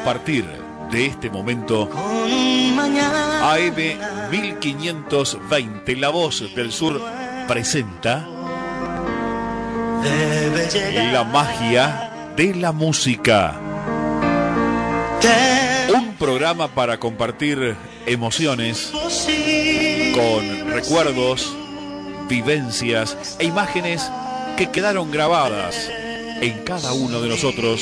partir de este momento, AM 1520, La Voz del Sur presenta La Magia de la Música. Un programa para compartir emociones con recuerdos, vivencias e imágenes que quedaron grabadas en cada uno de nosotros.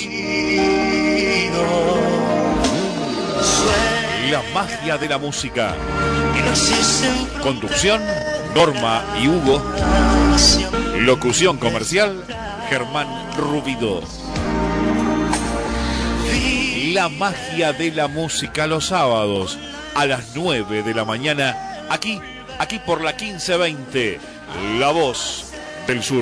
La magia de la música. Conducción, Norma y Hugo. Locución comercial, Germán Rubido. La magia de la música los sábados a las 9 de la mañana, aquí por la 1520, La Voz del Sur.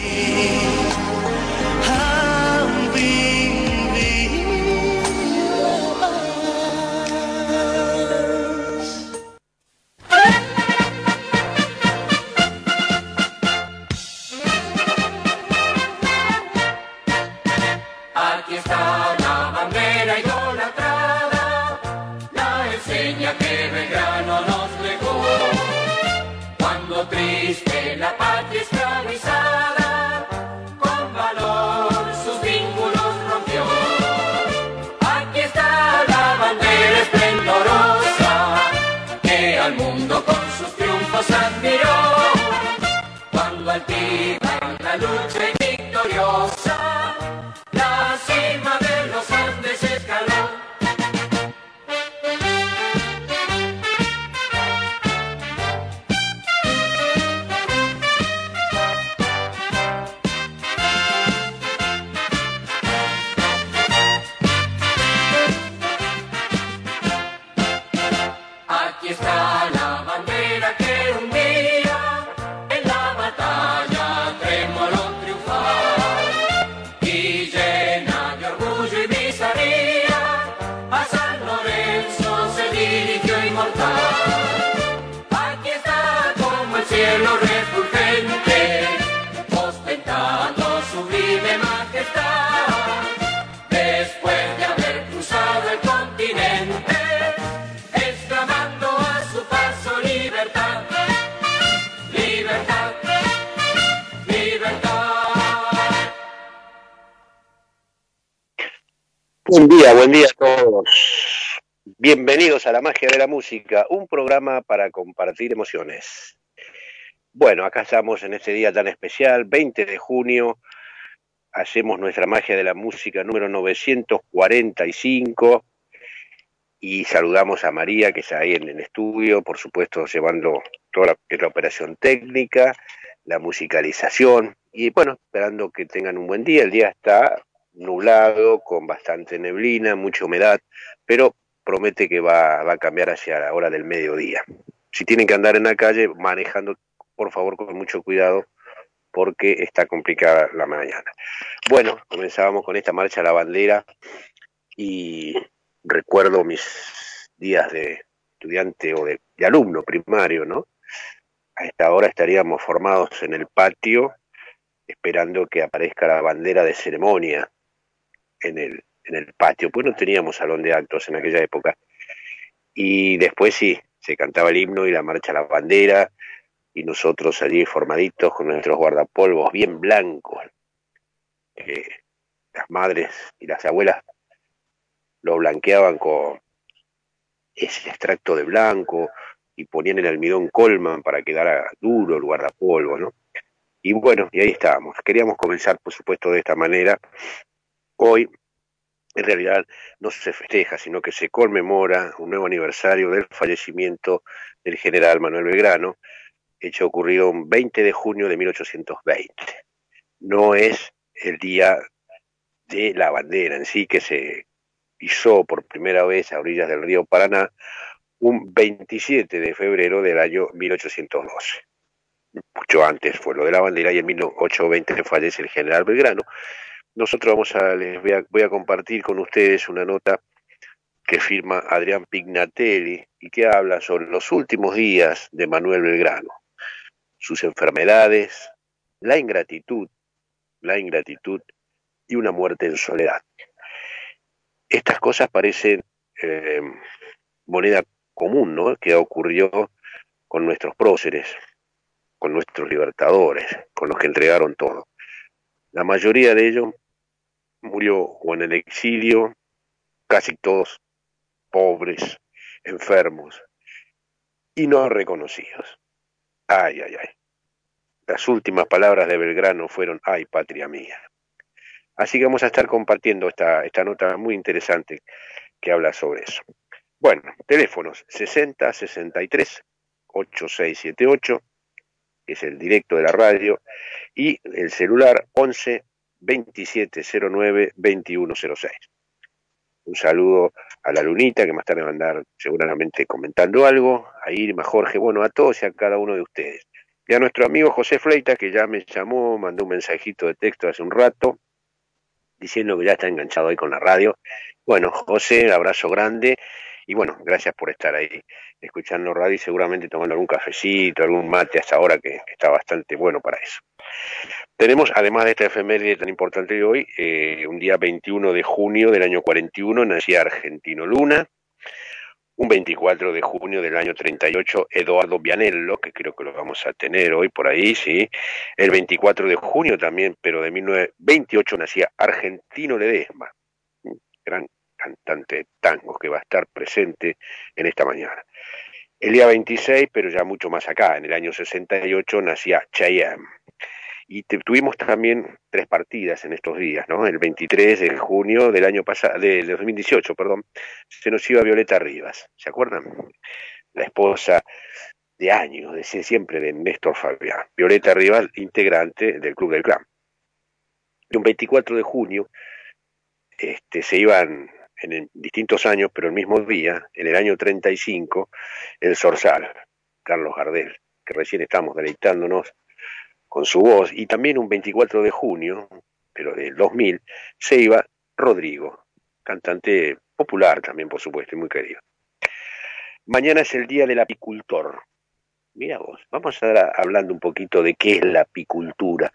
Aquí está la bandera idolatrada, la enseña que Belgrano nos legó. Cuando triste la patria esclavizada, con valor sus vínculos rompió. Aquí está la bandera esplendorosa, que al mundo con sus triunfos admiró. Cuando altiva en la lucha y victoriosa, la cima de los Andes escaló. Aquí está la bandera que un día en la batalla tremoló triunfar, y llena de orgullo y bizarría a San Lorenzo se dirigió inmortal. Aquí está como el cielo refulgente, ostentando sublime majestad, después de haber cruzado el continente, exclamando a su paso libertad, libertad, libertad. Buen día a todos. Bienvenidos a La Magia de la Música, un programa para compartir emociones. Bueno, acá estamos en este día tan especial, 20 de junio, hacemos nuestra Magia de la Música número 945 y saludamos a María, que está ahí en el estudio, por supuesto llevando toda la operación técnica, la musicalización y bueno, esperando que tengan un buen día. El día está nublado, con bastante neblina, mucha humedad, pero promete que va a cambiar hacia la hora del mediodía. Si tienen que andar en la calle manejando, por favor, con mucho cuidado, porque está complicada la mañana. Bueno, comenzábamos con esta marcha a la bandera y recuerdo mis días de estudiante o de alumno primario, ¿no? A esta hora estaríamos formados en el patio esperando que aparezca la bandera de ceremonia en el patio, pues no teníamos salón de actos en aquella época. Y después sí, se cantaba el himno y la marcha a la bandera, y nosotros allí formaditos con nuestros guardapolvos bien blancos. Las madres y las abuelas lo blanqueaban con ese extracto de blanco y ponían el almidón Colman para que quedara duro el guardapolvo, ¿no? Y bueno, y ahí estábamos. Queríamos comenzar, por supuesto, de esta manera. Hoy, en realidad, no se festeja, sino que se conmemora un nuevo aniversario del fallecimiento del general Manuel Belgrano, hecho ocurrido un 20 de junio de 1820. No es el día de la bandera en sí, que se pisó por primera vez a orillas del río Paraná un 27 de febrero del año 1812. Mucho antes fue lo de la bandera y en 1820 fallece el general Belgrano. Nosotros les voy a compartir con ustedes una nota que firma Adrián Pignatelli y que habla sobre los últimos días de Manuel Belgrano, sus enfermedades, la ingratitud y una muerte en soledad. Estas cosas parecen eh, moneda común, ¿no? Que ocurrió con nuestros próceres, con nuestros libertadores, con los que entregaron todo. La mayoría de ellos murió o en el exilio, casi todos pobres, enfermos y no reconocidos. Ay, ay, ay. Las últimas palabras de Belgrano fueron, ay, patria mía. Así que vamos a estar compartiendo esta nota muy interesante que habla sobre eso. Bueno, teléfonos 60 63 8678, que es el directo de la radio, y el celular 11 2709 2106. Un saludo a la Lunita, que más tarde va a andar seguramente comentando algo, a Irma, Jorge, bueno, a todos y a cada uno de ustedes. Y a nuestro amigo José Fleita, que ya me llamó, mandó un mensajito de texto hace un rato, diciendo que ya está enganchado ahí con la radio. Bueno, José, abrazo grande, y bueno, gracias por estar ahí escuchando radio y seguramente tomando algún cafecito, algún mate hasta ahora, que está bastante bueno para eso. Tenemos, además de esta efeméride tan importante de hoy, un día 21 de junio del año 41 nacía Argentino Luna, un 24 de junio del año 38 Eduardo Vianello, que creo que lo vamos a tener hoy por ahí, sí, el 24 de junio también, pero de 1928 nacía Argentino Ledesma, gran cantante de tangos que va a estar presente en esta mañana. El día 26, pero ya mucho más acá, en el año 68 nacía Chayanne. Y tuvimos también 3 partidas en estos días, ¿no? El 23 de junio del año pasado, de 2018, perdón, se nos iba Violeta Rivas, ¿se acuerdan? La esposa de años, de siempre, de Néstor Fabián. Violeta Rivas, integrante del Club del Clan. Y un 24 de junio se iban en distintos años, pero el mismo día, en el año 35, el Zorzal, Carlos Gardel, que recién estamos deleitándonos con su voz, y también un 24 de junio, pero del 2000, se iba Rodrigo, cantante popular también, por supuesto, y muy querido. Mañana es el Día del Apicultor. Mira vos, vamos a estar hablando un poquito de qué es la apicultura.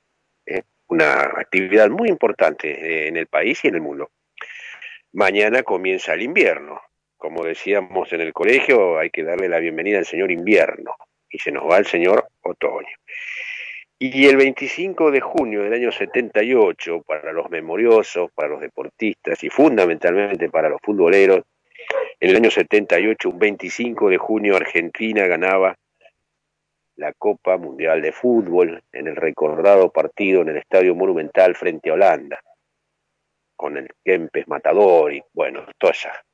Una actividad muy importante en el país y en el mundo. Mañana comienza el invierno. Como decíamos en el colegio, hay que darle la bienvenida al señor invierno, y se nos va el señor otoño. Y el 25 de junio del año 78, para los memoriosos, para los deportistas y fundamentalmente para los futboleros, en el año 78, un 25 de junio, Argentina ganaba la Copa Mundial de Fútbol en el recordado partido en el Estadio Monumental frente a Holanda, con el Kempes Matador y, bueno, toda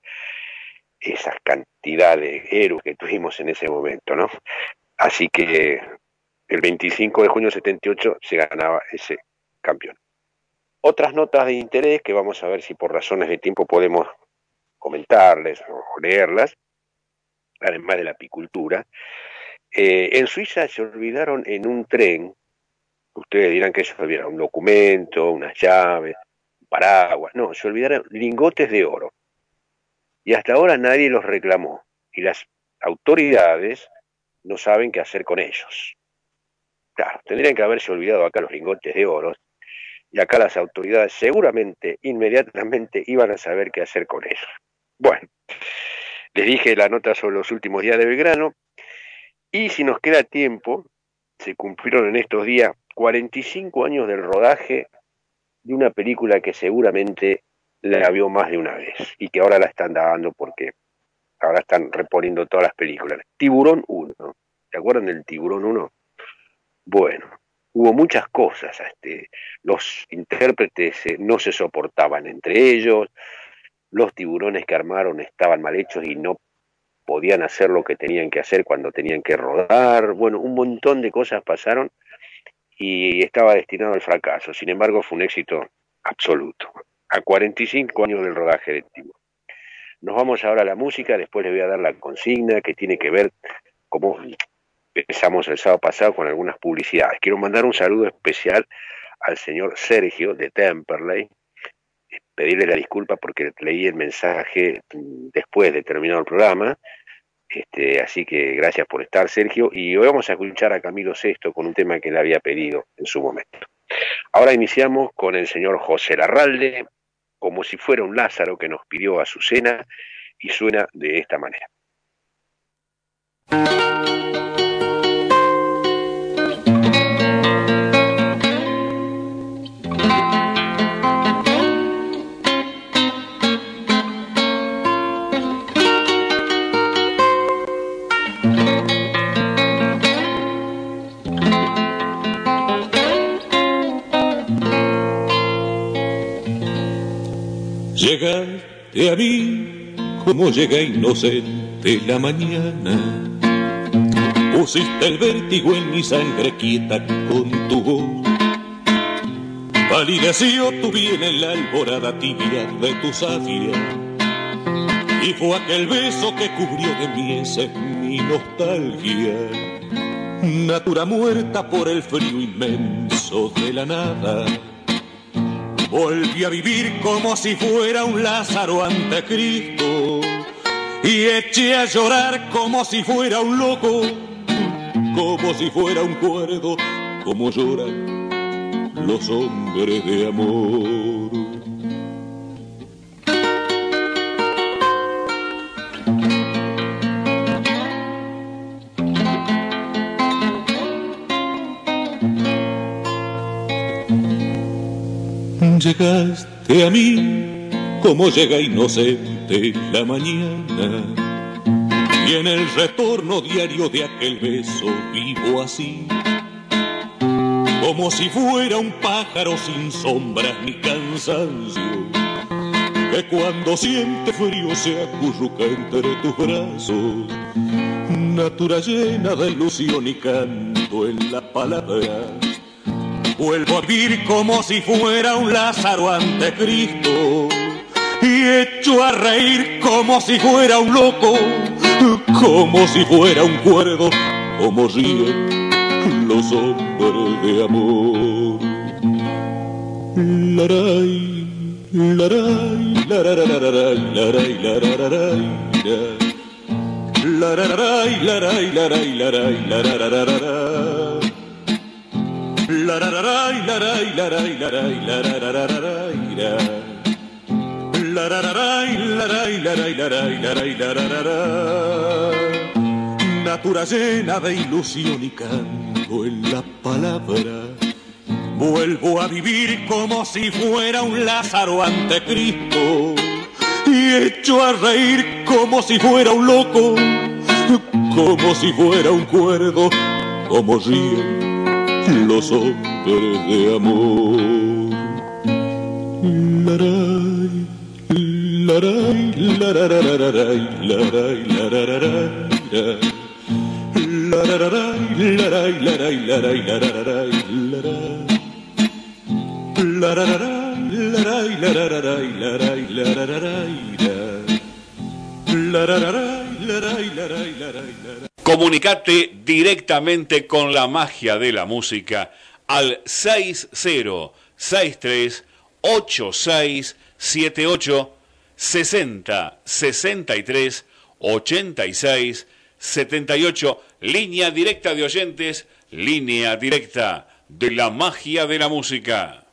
esa cantidad de héroes que tuvimos en ese momento, ¿no? Así que el 25 de junio del 78 se ganaba ese campeón. Otras notas de interés que vamos a ver si por razones de tiempo podemos comentarles o leerlas, además de la apicultura. En Suiza se olvidaron en un tren, ustedes dirán que se olvidaron un documento, unas llaves, un paraguas, no, se olvidaron lingotes de oro. Y hasta ahora nadie los reclamó, y las autoridades no saben qué hacer con ellos. Claro, tendrían que haberse olvidado acá los lingotes de oro, y acá las autoridades seguramente, inmediatamente, iban a saber qué hacer con ellos. Bueno, les dije la nota sobre los últimos días de Belgrano, y si nos queda tiempo, se cumplieron en estos días 45 años del rodaje de una película que seguramente la vio más de una vez, y que ahora la están dando porque ahora están reponiendo todas las películas. Tiburón 1, ¿se acuerdan del Tiburón 1? Bueno, hubo muchas cosas, los intérpretes no se soportaban entre ellos, los tiburones que armaron estaban mal hechos y no podían hacer lo que tenían que hacer cuando tenían que rodar, bueno, un montón de cosas pasaron y estaba destinado al fracaso, sin embargo fue un éxito absoluto, a 45 años del rodaje de Tiburón. Nos vamos ahora a la música, después les voy a dar la consigna que tiene que ver como empezamos el sábado pasado con algunas publicidades. Quiero mandar un saludo especial al señor Sergio de Temperley, pedirle la disculpa porque leí el mensaje después de terminado el programa, así que gracias por estar, Sergio, y hoy vamos a escuchar a Camilo Sesto con un tema que le había pedido en su momento. Ahora iniciamos con el señor José Larralde, como si fuera un Lázaro que nos pidió Azucena, y suena de esta manera. Llegaste a mí como llega inocente la mañana. Pusiste el vértigo en mi sangre quieta con tu voz. Palideció tu bien en la alborada tibia de tu savia. Y fue aquel beso que cubrió de mieses mi nostalgia. Natura muerta por el frío inmenso de la nada. Volví a vivir como si fuera un Lázaro ante Cristo y eché a llorar como si fuera un loco, como si fuera un cuerdo, como lloran los hombres de amor. Llegaste a mí como llega inocente la mañana, y en el retorno diario de aquel beso vivo así, como si fuera un pájaro sin sombras ni cansancio, que cuando siente frío se acurruca entre tus brazos. Natura llena de ilusión y canto en la palabra. Vuelvo a vivir como si fuera un Lázaro ante Cristo y echo a reír como si fuera un loco, como si fuera un cuerdo, como ríen los hombres de amor. Laray, laray, lararararay, laray, larararay, laray, laray, laray, laray, lararararay. Larararay, laray, laray, laray, lararararay, larararay, laray, laray, laray, laray, larararay. Natura llena de ilusión y canto en la palabra. Vuelvo a vivir como si fuera un Lázaro ante Cristo y echo a reír como si fuera un loco, como si fuera un cuerdo, como ríen los hombres de amor. Laray, laray, lararararay, laray, larararay, larararay, laray, laray, laray, larararay, larararay, laray, larararay, laray, larararay, larararay, laray, laray, laray. Comunicate directamente con la magia de la música al 60638678 60 63 86 78, línea directa de oyentes, línea directa de la magia de la música.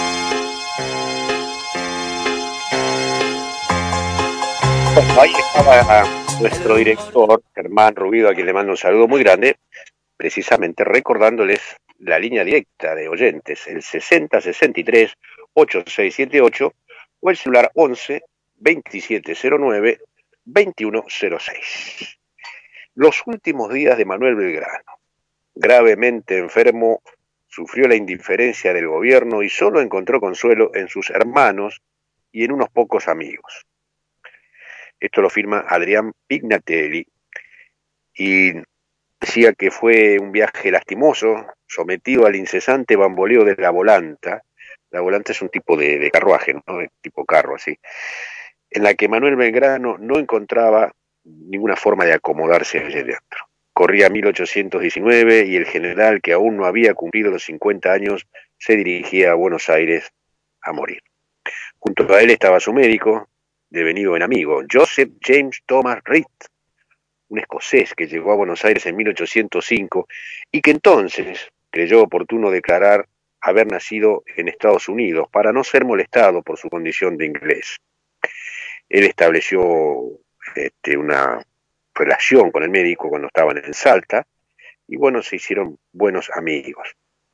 Bueno, ahí estaba nuestro director, Germán Rubido, a quien le mando un saludo muy grande, precisamente recordándoles la línea directa de oyentes, el 6063 8678 o el celular 11 2709 2106. Los últimos días de Manuel Belgrano, gravemente enfermo, sufrió la indiferencia del gobierno y solo encontró consuelo en sus hermanos y en unos pocos amigos. Esto lo firma Adrián Pignatelli y decía que fue un viaje lastimoso, sometido al incesante bamboleo de la volanta. La volanta es un tipo de carruaje, ¿no? De tipo carro, así, en la que Manuel Belgrano no encontraba ninguna forma de acomodarse allí dentro. Corría 1819 y el general, que aún no había cumplido los 50 años, se dirigía a Buenos Aires a morir. Junto a él estaba su médico, devenido buen amigo, Joseph James Thomas Reed, un escocés que llegó a Buenos Aires en 1805 y que entonces creyó oportuno declarar haber nacido en Estados Unidos para no ser molestado por su condición de inglés. Él estableció una relación con el médico cuando estaban en Salta y bueno, se hicieron buenos amigos.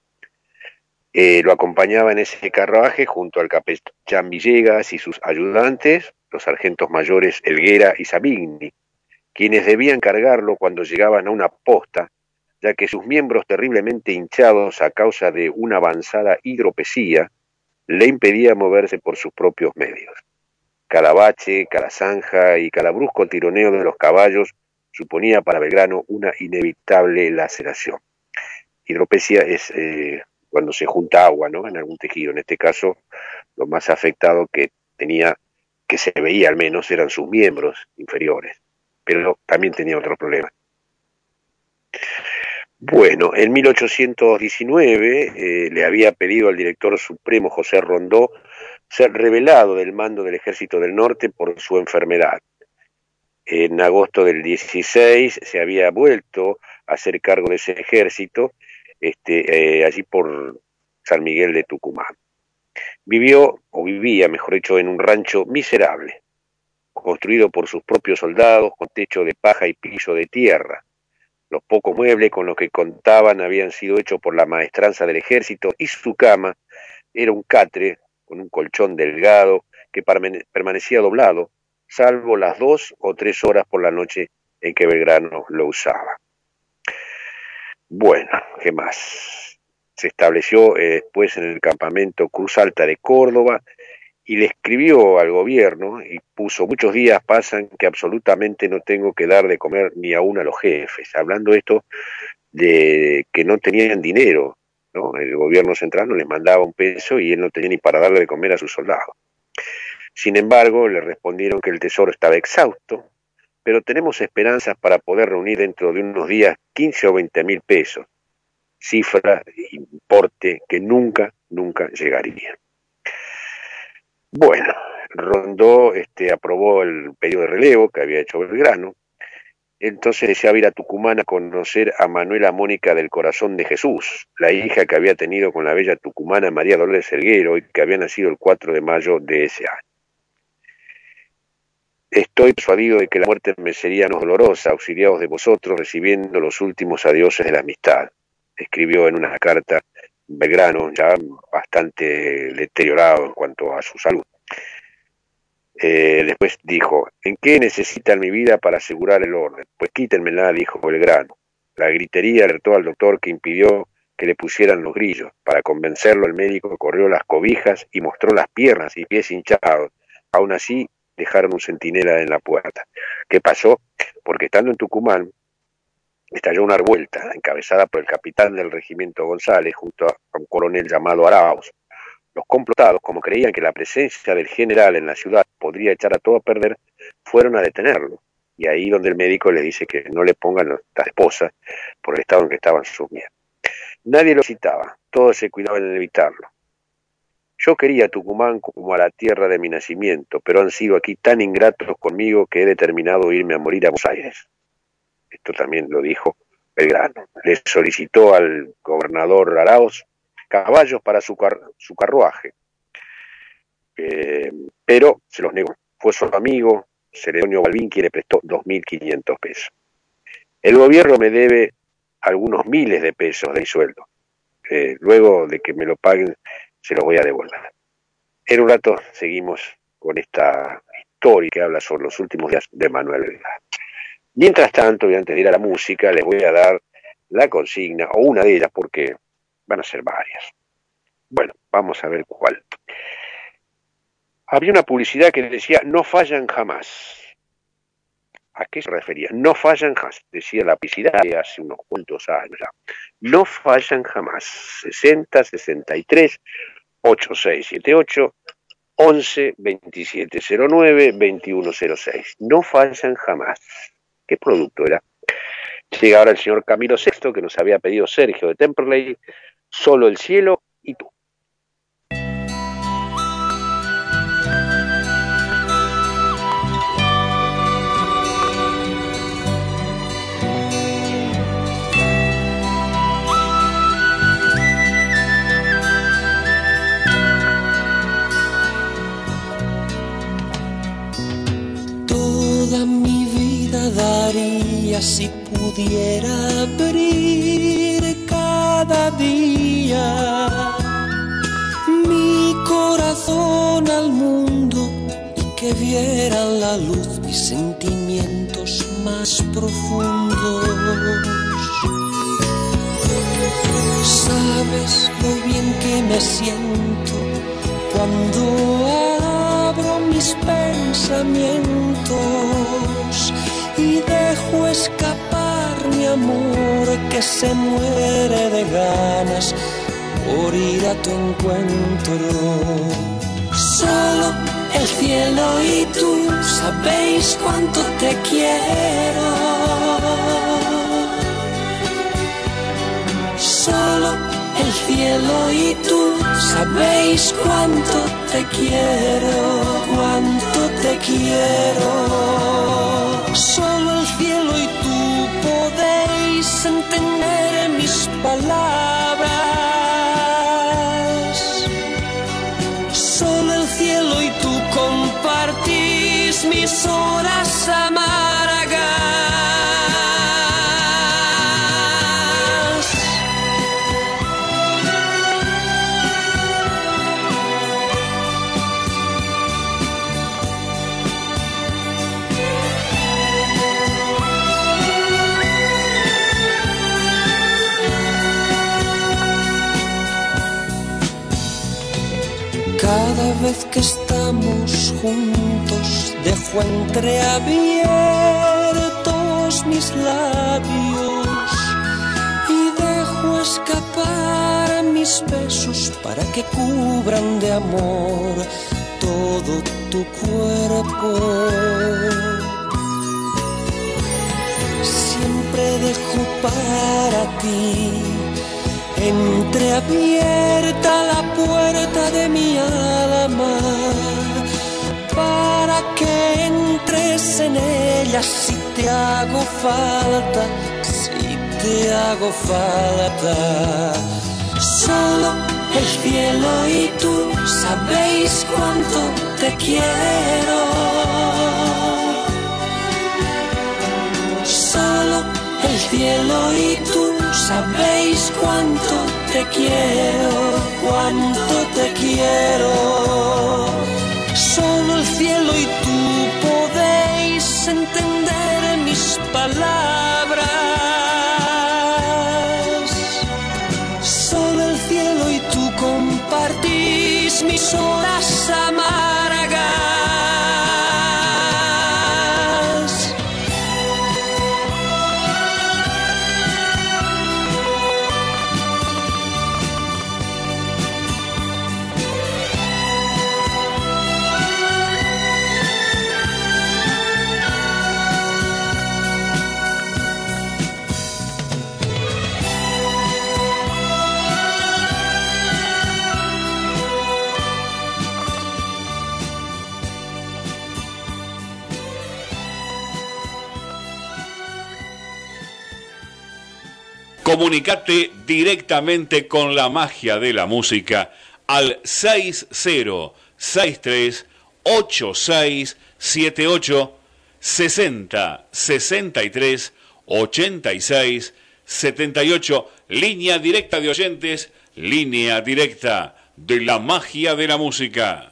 Lo acompañaba en ese carruaje junto al capellán Villegas y sus ayudantes, los sargentos mayores Helguera y Savigny, quienes debían cargarlo cuando llegaban a una posta, ya que sus miembros terriblemente hinchados a causa de una avanzada hidropesía le impedía moverse por sus propios medios. Cada bache, cada zanja y cada brusco tironeo de los caballos suponía para Belgrano una inevitable laceración. Hidropesía es cuando se junta agua, ¿no?, en algún tejido. En este caso, lo más afectado que tenía, que se veía al menos, eran sus miembros inferiores, pero también tenía otro problema. Bueno, en 1819 le había pedido al director supremo José Rondó ser relevado del mando del Ejército del Norte por su enfermedad. En agosto del 16 se había vuelto a hacer cargo de ese ejército, allí por San Miguel de Tucumán. Vivía, mejor dicho, en un rancho miserable, construido por sus propios soldados, con techo de paja y piso de tierra. Los pocos muebles con los que contaban habían sido hechos por la maestranza del ejército y su cama era un catre con un colchón delgado que permanecía doblado, salvo las 2 o 3 horas por la noche en que Belgrano lo usaba. Bueno, ¿qué más? Se estableció después en el campamento Cruz Alta de Córdoba y le escribió al gobierno y puso: muchos días pasan que absolutamente no tengo que dar de comer ni aún a los jefes, hablando esto de que no tenían dinero, ¿no? El gobierno central no les mandaba un peso y él no tenía ni para darle de comer a sus soldados. Sin embargo, le respondieron que el tesoro estaba exhausto, pero tenemos esperanzas para poder reunir dentro de unos días 15 o 20 mil pesos, cifra, importe que nunca llegaría. Bueno, Rondó aprobó el pedido de relevo que había hecho Belgrano. Entonces deseaba ir a Tucumán a conocer a Manuela Mónica del Corazón de Jesús, la hija que había tenido con la bella tucumana María Dolores Helguero y que había nacido el 4 de mayo de ese año. Estoy persuadido de que la muerte me sería no dolorosa, auxiliados de vosotros, recibiendo los últimos adioses de la amistad, escribió en una carta Belgrano, ya bastante deteriorado en cuanto a su salud. Después dijo: ¿en qué necesitan mi vida para asegurar el orden? Pues quítenmela, dijo Belgrano. La gritería alertó al doctor, que impidió que le pusieran los grillos. Para convencerlo, el médico corrió las cobijas y mostró las piernas y pies hinchados. Aún así, dejaron un centinela en la puerta. ¿Qué pasó? Porque estando en Tucumán, estalló una revuelta encabezada por el capitán del regimiento González junto a un coronel llamado Arauz. Los complotados, como creían que la presencia del general en la ciudad podría echar a todo a perder, fueron a detenerlo. Y ahí donde el médico les dice que no le pongan las esposas por el estado en que estaban sumidos. Nadie lo citaba, todos se cuidaban en evitarlo. Yo quería Tucumán como a la tierra de mi nacimiento, pero han sido aquí tan ingratos conmigo que he determinado irme a morir a Buenos Aires. Esto también lo dijo Belgrano. Le solicitó al gobernador Arauz caballos para su carruaje, pero se los negó. Fue su amigo Celedonio Balbín quien le prestó 2.500 pesos. El gobierno me debe algunos miles de pesos de mi sueldo. Luego de que me lo paguen, se los voy a devolver. En un rato seguimos con esta historia que habla sobre los últimos días de Manuel Belgrano. Mientras tanto, y antes de ir a la música, les voy a dar la consigna, o una de ellas, porque van a ser varias. Bueno, vamos a ver cuál. Había una publicidad que decía: no fallan jamás. ¿A qué se refería? No fallan jamás, decía la publicidad de hace unos cuantos años ya. No fallan jamás. 60 63 8678 11 2709 2106. No fallan jamás. ¿Qué producto era? Llega ahora el señor Camilo VI, que nos había pedido Sergio de Temperley, Solo el cielo y tú. pudiera abrir cada día mi corazón al mundo y que viera la luz mis sentimientos más profundos. Sabes lo bien que me siento cuando abro mis pensamientos y dejo escapar mi amor que se muere de ganas por ir a tu encuentro. Solo el cielo y tú sabéis cuánto te quiero. Solo el cielo y tú sabéis cuánto te quiero, cuánto te quiero. Solo el cielo y tú podéis entender mis palabras. Solo el cielo y tú compartís mis horas amargas. Cada vez que estamos juntos dejo entreabiertos mis labios y dejo escapar mis besos para que cubran de amor todo tu cuerpo. Siempre dejo para ti entreabierta la puerta de mi alma para que entres en ella si te hago falta, si te hago falta. Solo el cielo y tú sabéis cuánto te quiero. Solo el cielo y tú sabéis cuánto te quiero, cuánto te quiero. Solo el cielo y tú podéis entender mis palabras. Solo el cielo y tú compartís mis horas amargas. Comunicate directamente con la magia de la música al 60638678 60 63 86 78, línea directa de oyentes, línea directa de la magia de la música.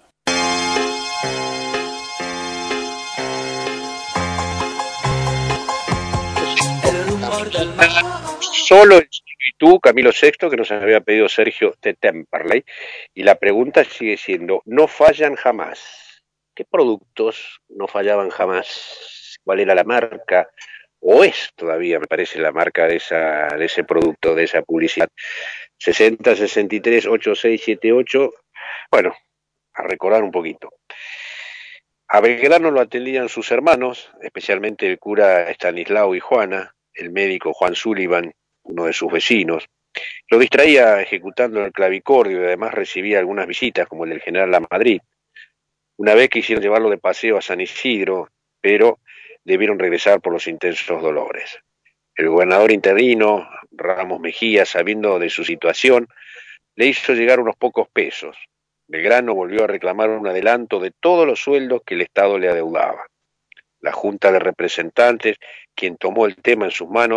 Solo el cielo y tú, Camilo VI, que nos había pedido Sergio de Temperley, y la pregunta sigue siendo, ¿no fallan jamás? ¿Qué productos no fallaban jamás? ¿Cuál era la marca? O es todavía, me parece, la marca de ese producto, de esa publicidad. 60 63 86 78. Bueno, a recordar un poquito. A Belgrano lo atendían sus hermanos, especialmente el cura Estanislao y Juana, el médico Juan Sullivan, uno de sus vecinos. Lo distraía ejecutando el clavicordio y además recibía algunas visitas, como el del general Lamadrid. Una vez quisieron llevarlo de paseo a San Isidro, pero debieron regresar por los intensos dolores. El gobernador interino, Ramos Mejía, sabiendo de su situación, le hizo llegar unos pocos pesos. Belgrano volvió a reclamar un adelanto de todos los sueldos que el Estado le adeudaba. La Junta de Representantes, quien tomó el tema en sus manos,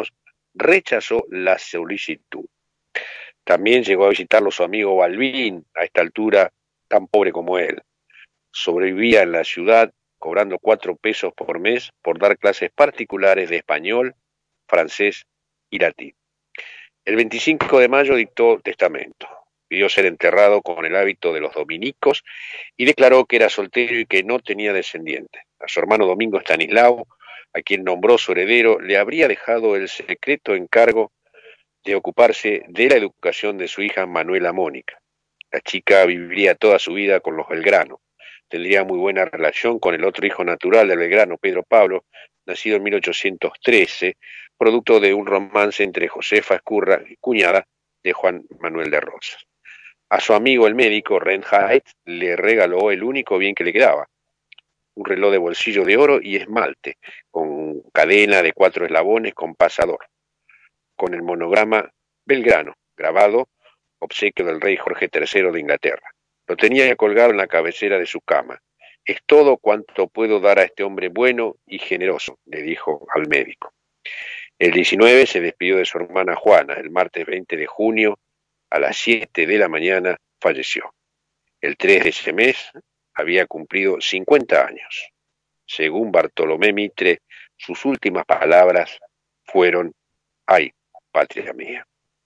rechazó la solicitud. También llegó a visitarlo su amigo Balbín, a esta altura tan pobre como él. Sobrevivía en la ciudad cobrando 4 pesos por mes por dar clases particulares de español, francés y latín. El 25 de mayo dictó testamento. Pidió ser enterrado con el hábito de los dominicos y declaró que era soltero y que no tenía descendientes. A su hermano Domingo Estanislao, a quien nombró su heredero, le habría dejado el secreto encargo de ocuparse de la educación de su hija Manuela Mónica. La chica viviría toda su vida con los Belgrano. Tendría muy buena relación con el otro hijo natural del Belgrano, Pedro Pablo, nacido en 1813, producto de un romance entre Josefa Escurra, cuñada de Juan Manuel de Rosas. A su amigo el médico, Reinhardt, le regaló el único bien que le quedaba, un reloj de bolsillo de oro y esmalte, con cadena de 4 eslabones con pasador, con el monograma Belgrano, grabado, obsequio del rey Jorge III de Inglaterra. Lo tenía colgado en la cabecera de su cama. Es todo cuanto puedo dar a este hombre bueno y generoso, le dijo al médico. El 19 se despidió de su hermana Juana. El martes 20 de junio, a las 7 de la mañana, falleció. El 3 de ese mes había cumplido 50 años. Según Bartolomé Mitre, sus últimas palabras fueron: ¡ay, patria mía!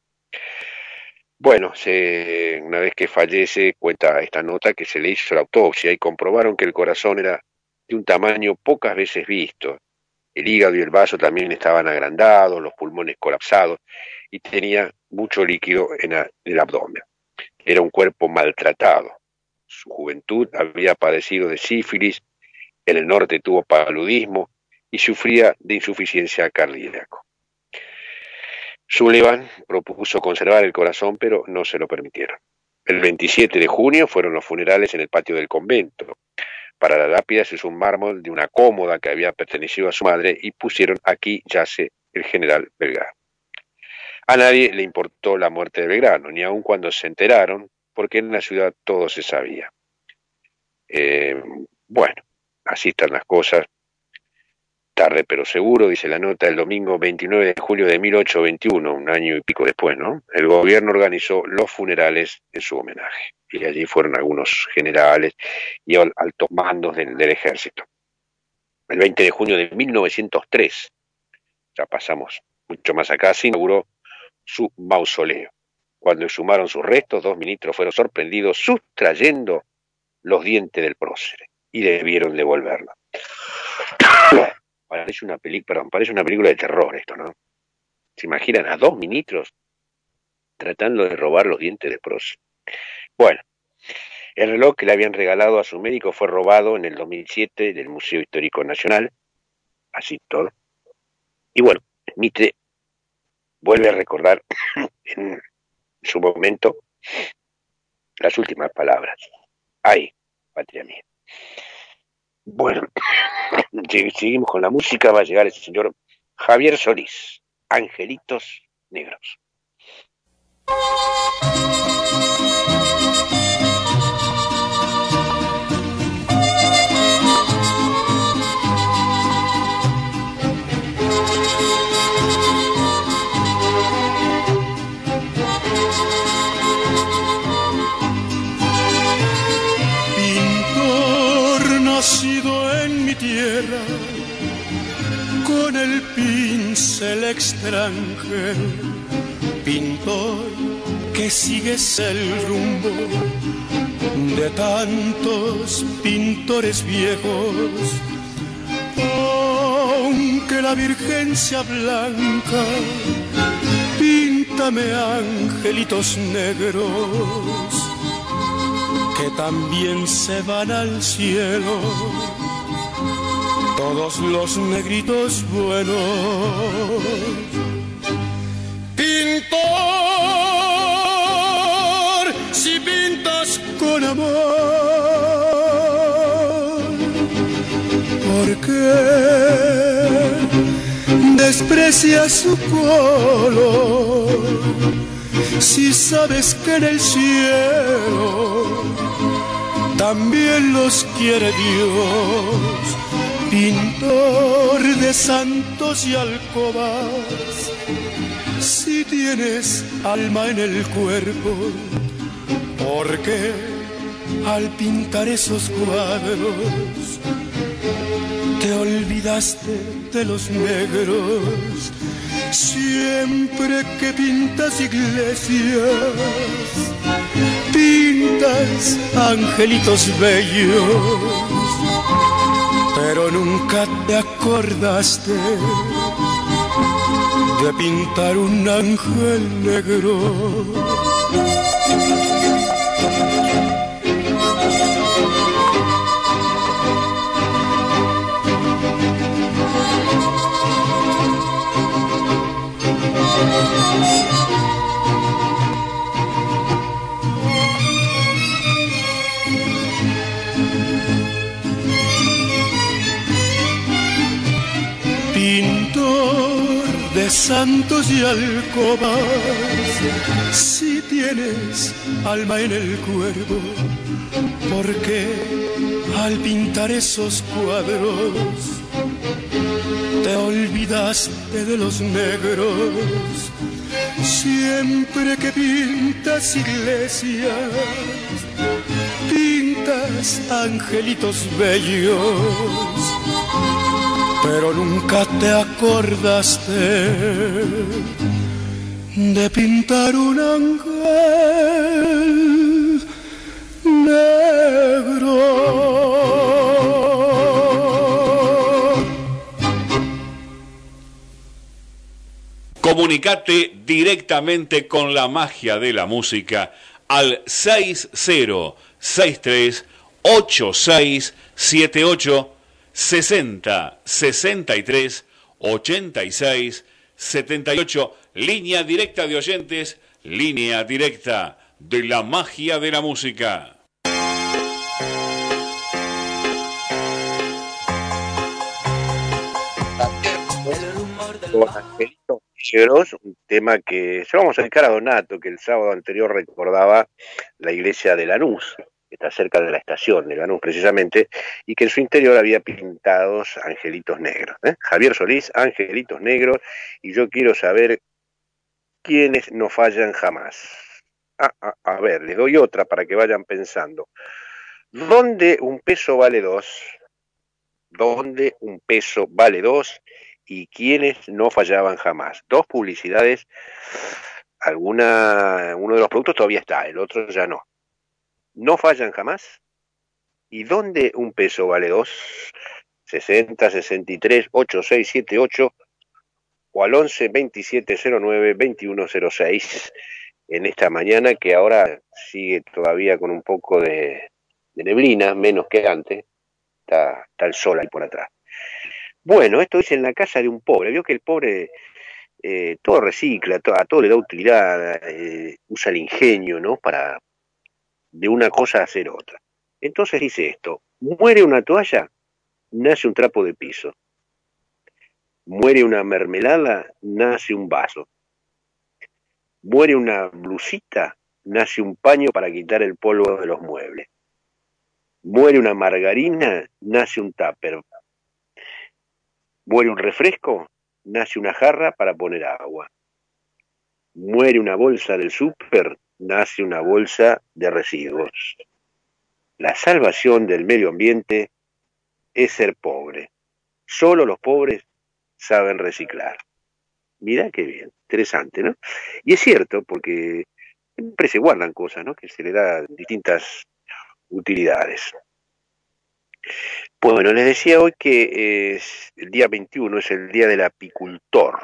Bueno, una vez que fallece, cuenta esta nota que se le hizo la autopsia y comprobaron que el corazón era de un tamaño pocas veces visto. El hígado y el vaso también estaban agrandados, los pulmones colapsados y tenía mucho líquido en el abdomen. Era un cuerpo maltratado. Su juventud había padecido de sífilis, en el norte tuvo paludismo y sufría de insuficiencia cardíaca. Sullivan propuso conservar el corazón, pero no se lo permitieron. El 27 de junio fueron los funerales en el patio del convento. Para la lápida se usó un mármol de una cómoda que había pertenecido a su madre y pusieron: aquí yace el general Belgrano. A nadie le importó la muerte de Belgrano, ni aun cuando se enteraron, porque en la ciudad todo se sabía. Bueno, así están las cosas. Tarde pero seguro, dice la nota, el domingo 29 de julio de 1821, un año y pico después, ¿no? El gobierno organizó los funerales en su homenaje. Y allí fueron algunos generales y altos mandos del ejército. El 20 de junio de 1903, ya pasamos mucho más acá, se inauguró su mausoleo. Cuando exhumaron sus restos, 2 ministros fueron sorprendidos sustrayendo los dientes del prócer y debieron devolverlo. Parece una película de terror esto, ¿no? ¿Se imaginan a 2 ministros tratando de robar los dientes del prócer? Bueno, el reloj que le habían regalado a su médico fue robado en el 2007 del Museo Histórico Nacional, así todo. Y bueno, Mitre vuelve a recordar en su momento las últimas palabras: ¡ay, patria mía! Bueno, seguimos con la música. Va a llegar el señor Javier Solís, Angelitos Negros. Nacido en mi tierra, con el pincel extranjero, pintor que sigues el rumbo de tantos pintores viejos. Aunque la Virgen sea blanca, píntame angelitos negros que también se van al cielo, todos los negritos buenos. Pintor, si pintas con amor, ¿por qué desprecias su color? Si sabes que en el cielo también los quiere Dios. Pintor de santos y alcobas, tienes alma en el cuerpo, porque al pintar esos cuadros te olvidaste de los negros. Siempre que pintas iglesias, pintas angelitos bellos, pero nunca te acordaste de pintar un ángel negro. Pintor de santos y alcobas, si tienes alma en el cuerpo, porque al pintar esos cuadros te olvidaste de los negros. Siempre que pintas iglesias, pintas angelitos bellos, pero nunca te acordaste de pintar un ángel negro. Comunicate directamente con la magia de la música al 60638678 60 63 86 78, línea directa de oyentes, línea directa de la magia de la música. Con Angelito Negros, un tema que se lo vamos a dedicar a Donato, que el sábado anterior recordaba la iglesia de Lanús, que está cerca de la estación de Lanús precisamente, y que en su interior había pintados angelitos negros. Javier Solís, angelitos negros, y yo quiero saber quiénes no fallan jamás. A ver, les doy otra para que vayan pensando. ¿Dónde un peso vale 2? ¿Dónde un peso vale 2? Y quiénes no fallaban jamás. Dos publicidades, uno de los productos todavía está, el otro ya no. No fallan jamás. ¿Y dónde un peso vale 2? 60 63 8678 o al 11 27 09 21 06 en esta mañana que ahora sigue todavía con un poco de neblina, menos que antes. Está el sol ahí por atrás. Bueno, esto es en la casa de un pobre. Vio que el pobre todo recicla, a todo le da utilidad, usa el ingenio, ¿no? Para de una cosa hacer otra. Entonces dice esto: muere una toalla, nace un trapo de piso. Muere una mermelada, nace un vaso. Muere una blusita, nace un paño para quitar el polvo de los muebles. Muere una margarina, nace un tupper. Muere un refresco, nace una jarra para poner agua. Muere una bolsa del súper, nace una bolsa de residuos. La salvación del medio ambiente es ser pobre. Solo los pobres saben reciclar. Mirá qué bien, interesante, ¿no? Y es cierto, porque siempre se guardan cosas, ¿no? Que se le da distintas utilidades. Bueno, les decía hoy que el día 21 es el día del apicultor.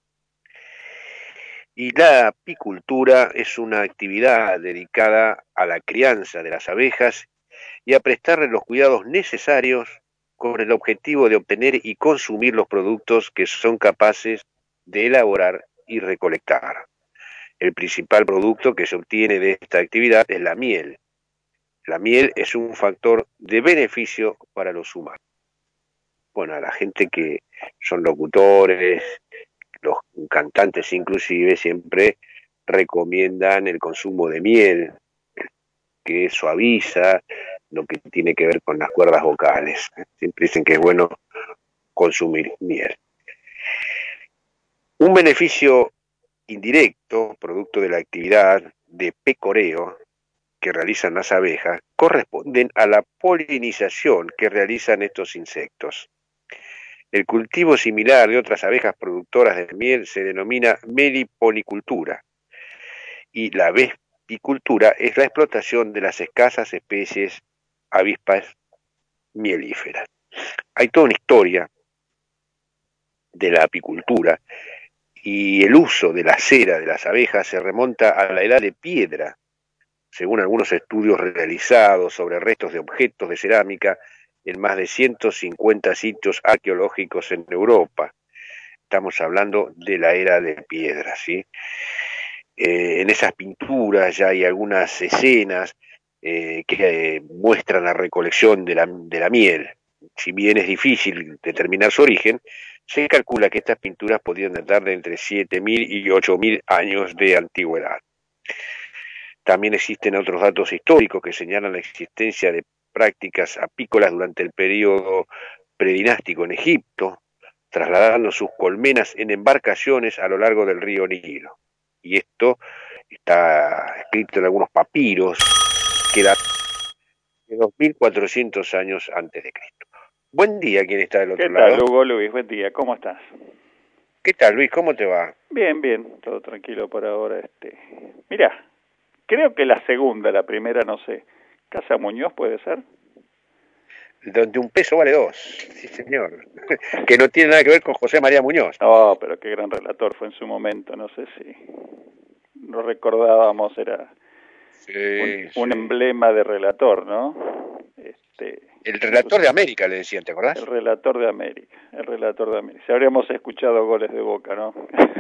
Y la apicultura es una actividad dedicada a la crianza de las abejas y a prestarle los cuidados necesarios con el objetivo de obtener y consumir los productos que son capaces de elaborar y recolectar. El principal producto que se obtiene de esta actividad es la miel. La miel es un factor de beneficio para los humanos. Bueno, a la gente que son locutores, los cantantes inclusive, siempre recomiendan el consumo de miel, que suaviza lo que tiene que ver con las cuerdas vocales. Siempre dicen que es bueno consumir miel. Un beneficio indirecto, producto de la actividad de pecoreo que realizan las abejas, corresponden a la polinización que realizan estos insectos. El cultivo similar de otras abejas productoras de miel se denomina meliponicultura y la vespicultura es la explotación de las escasas especies avispas mielíferas. Hay toda una historia de la apicultura y el uso de la cera de las abejas se remonta a la edad de piedra, según algunos estudios realizados sobre restos de objetos de cerámica en más de 150 sitios arqueológicos en Europa. Estamos hablando de la era de piedra, ¿sí? En esas pinturas ya hay algunas escenas que muestran la recolección de la miel. Si bien es difícil determinar su origen, se calcula que estas pinturas podrían datar de entre 7.000 y 8.000 años de antigüedad. También existen otros datos históricos que señalan la existencia de prácticas apícolas durante el periodo predinástico en Egipto, trasladando sus colmenas en embarcaciones a lo largo del río Nilo. Y esto está escrito en algunos papiros que datan de 2.400 años antes de Cristo. Buen día, ¿quién está del otro lado? ¿Qué tal, Hugo Luis? Buen día, ¿cómo estás? ¿Qué tal, Luis? ¿Cómo te va? Bien, bien, todo tranquilo por ahora. Mirá, creo que la segunda, la primera no sé. ¿Casa Muñoz puede ser? Donde un peso vale dos, sí señor, que no tiene nada que ver con José María Muñoz. No, pero qué gran relator fue en su momento, no sé si lo recordábamos, era un emblema de relator, ¿no? El relator de América, le decían, ¿te acordás? El relator de América. Si habríamos escuchado goles de Boca, ¿no?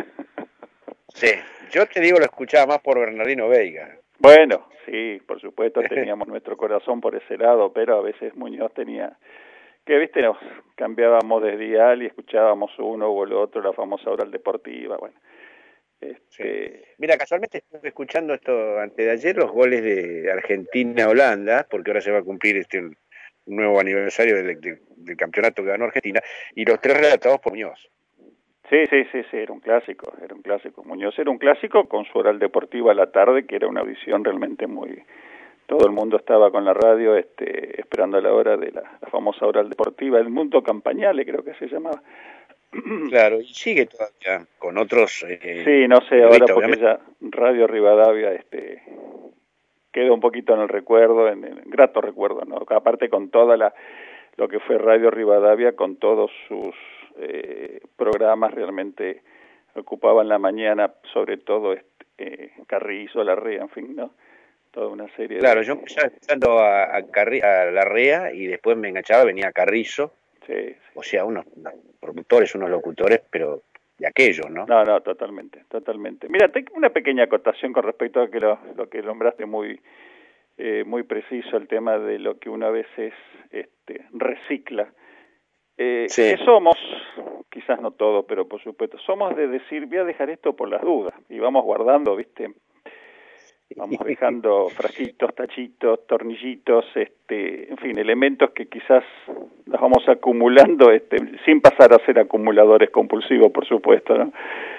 Sí, yo te digo, lo escuchaba más por Bernardino Veiga. Bueno, sí, por supuesto teníamos nuestro corazón por ese lado, pero a veces Muñoz tenía que, viste, nos cambiábamos de dial y escuchábamos uno o el otro, la famosa oral deportiva, bueno. Sí. Mira, casualmente estuve escuchando esto antes de ayer, los goles de Argentina-Holanda, porque ahora se va a cumplir un nuevo aniversario del campeonato que ganó Argentina, y los tres relatados por Muñoz. Sí, era un clásico. Muñoz era un clásico con su oral deportiva a la tarde, que era una audición realmente muy... Todo el mundo estaba con la radio esperando a la hora de la famosa oral deportiva, el Mundo Campañale creo que se llamaba. Claro, y sigue todavía con otros... sí, no sé, ahora porque obviamente ya Radio Rivadavia queda un poquito en el recuerdo, en el grato recuerdo, ¿no? Aparte con toda lo que fue Radio Rivadavia, con todos sus programas realmente ocupaban la mañana, sobre todo Carrizo, Larrea, en fin, ¿no? Toda una serie Claro, yo empezaba escuchando a Larrea y después me enganchaba, venía Carrizo. Sí. O sea, unos productores, unos locutores, pero de aquellos, ¿no? No, totalmente. Mira, tengo una pequeña acotación con respecto a que lo que nombraste muy preciso, el tema de lo que una vez recicla. Sí. Que somos, quizás no todo, pero por supuesto, somos de decir, voy a dejar esto por las dudas, y vamos guardando, ¿viste? Vamos dejando frasquitos, tachitos, tornillitos, en fin, elementos que quizás los vamos acumulando, sin pasar a ser acumuladores compulsivos, por supuesto, ¿no?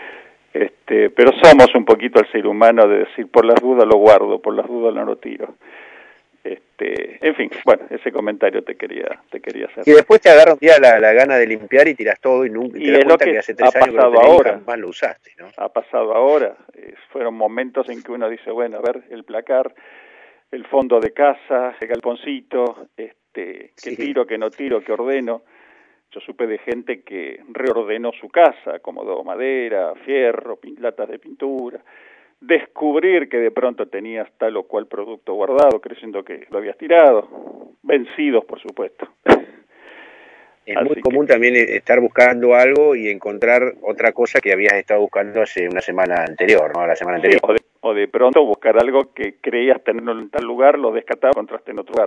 Pero somos un poquito el ser humano de decir, por las dudas lo guardo, por las dudas lo tiro. En fin, bueno, ese comentario te quería hacer. Y después te agarra un día la gana de limpiar y tiras todo y te das cuenta que hace 3 años que ahora, más lo usaste, ¿no? Ha pasado ahora, fueron momentos en que uno dice, bueno, a ver, el placar, el fondo de casa, el galponcito, que tiro, que no tiro, que ordeno. Yo supe de gente que reordenó su casa, acomodó madera, fierro, latas de pintura, descubrir que de pronto tenías tal o cual producto guardado, creyendo que lo habías tirado, vencidos, por supuesto. Es muy común también estar buscando algo y encontrar otra cosa que habías estado buscando hace una semana anterior, ¿no? La semana anterior. Sí, o de pronto buscar algo que creías tenerlo en tal lugar, lo descartabas, encontraste en otro lugar.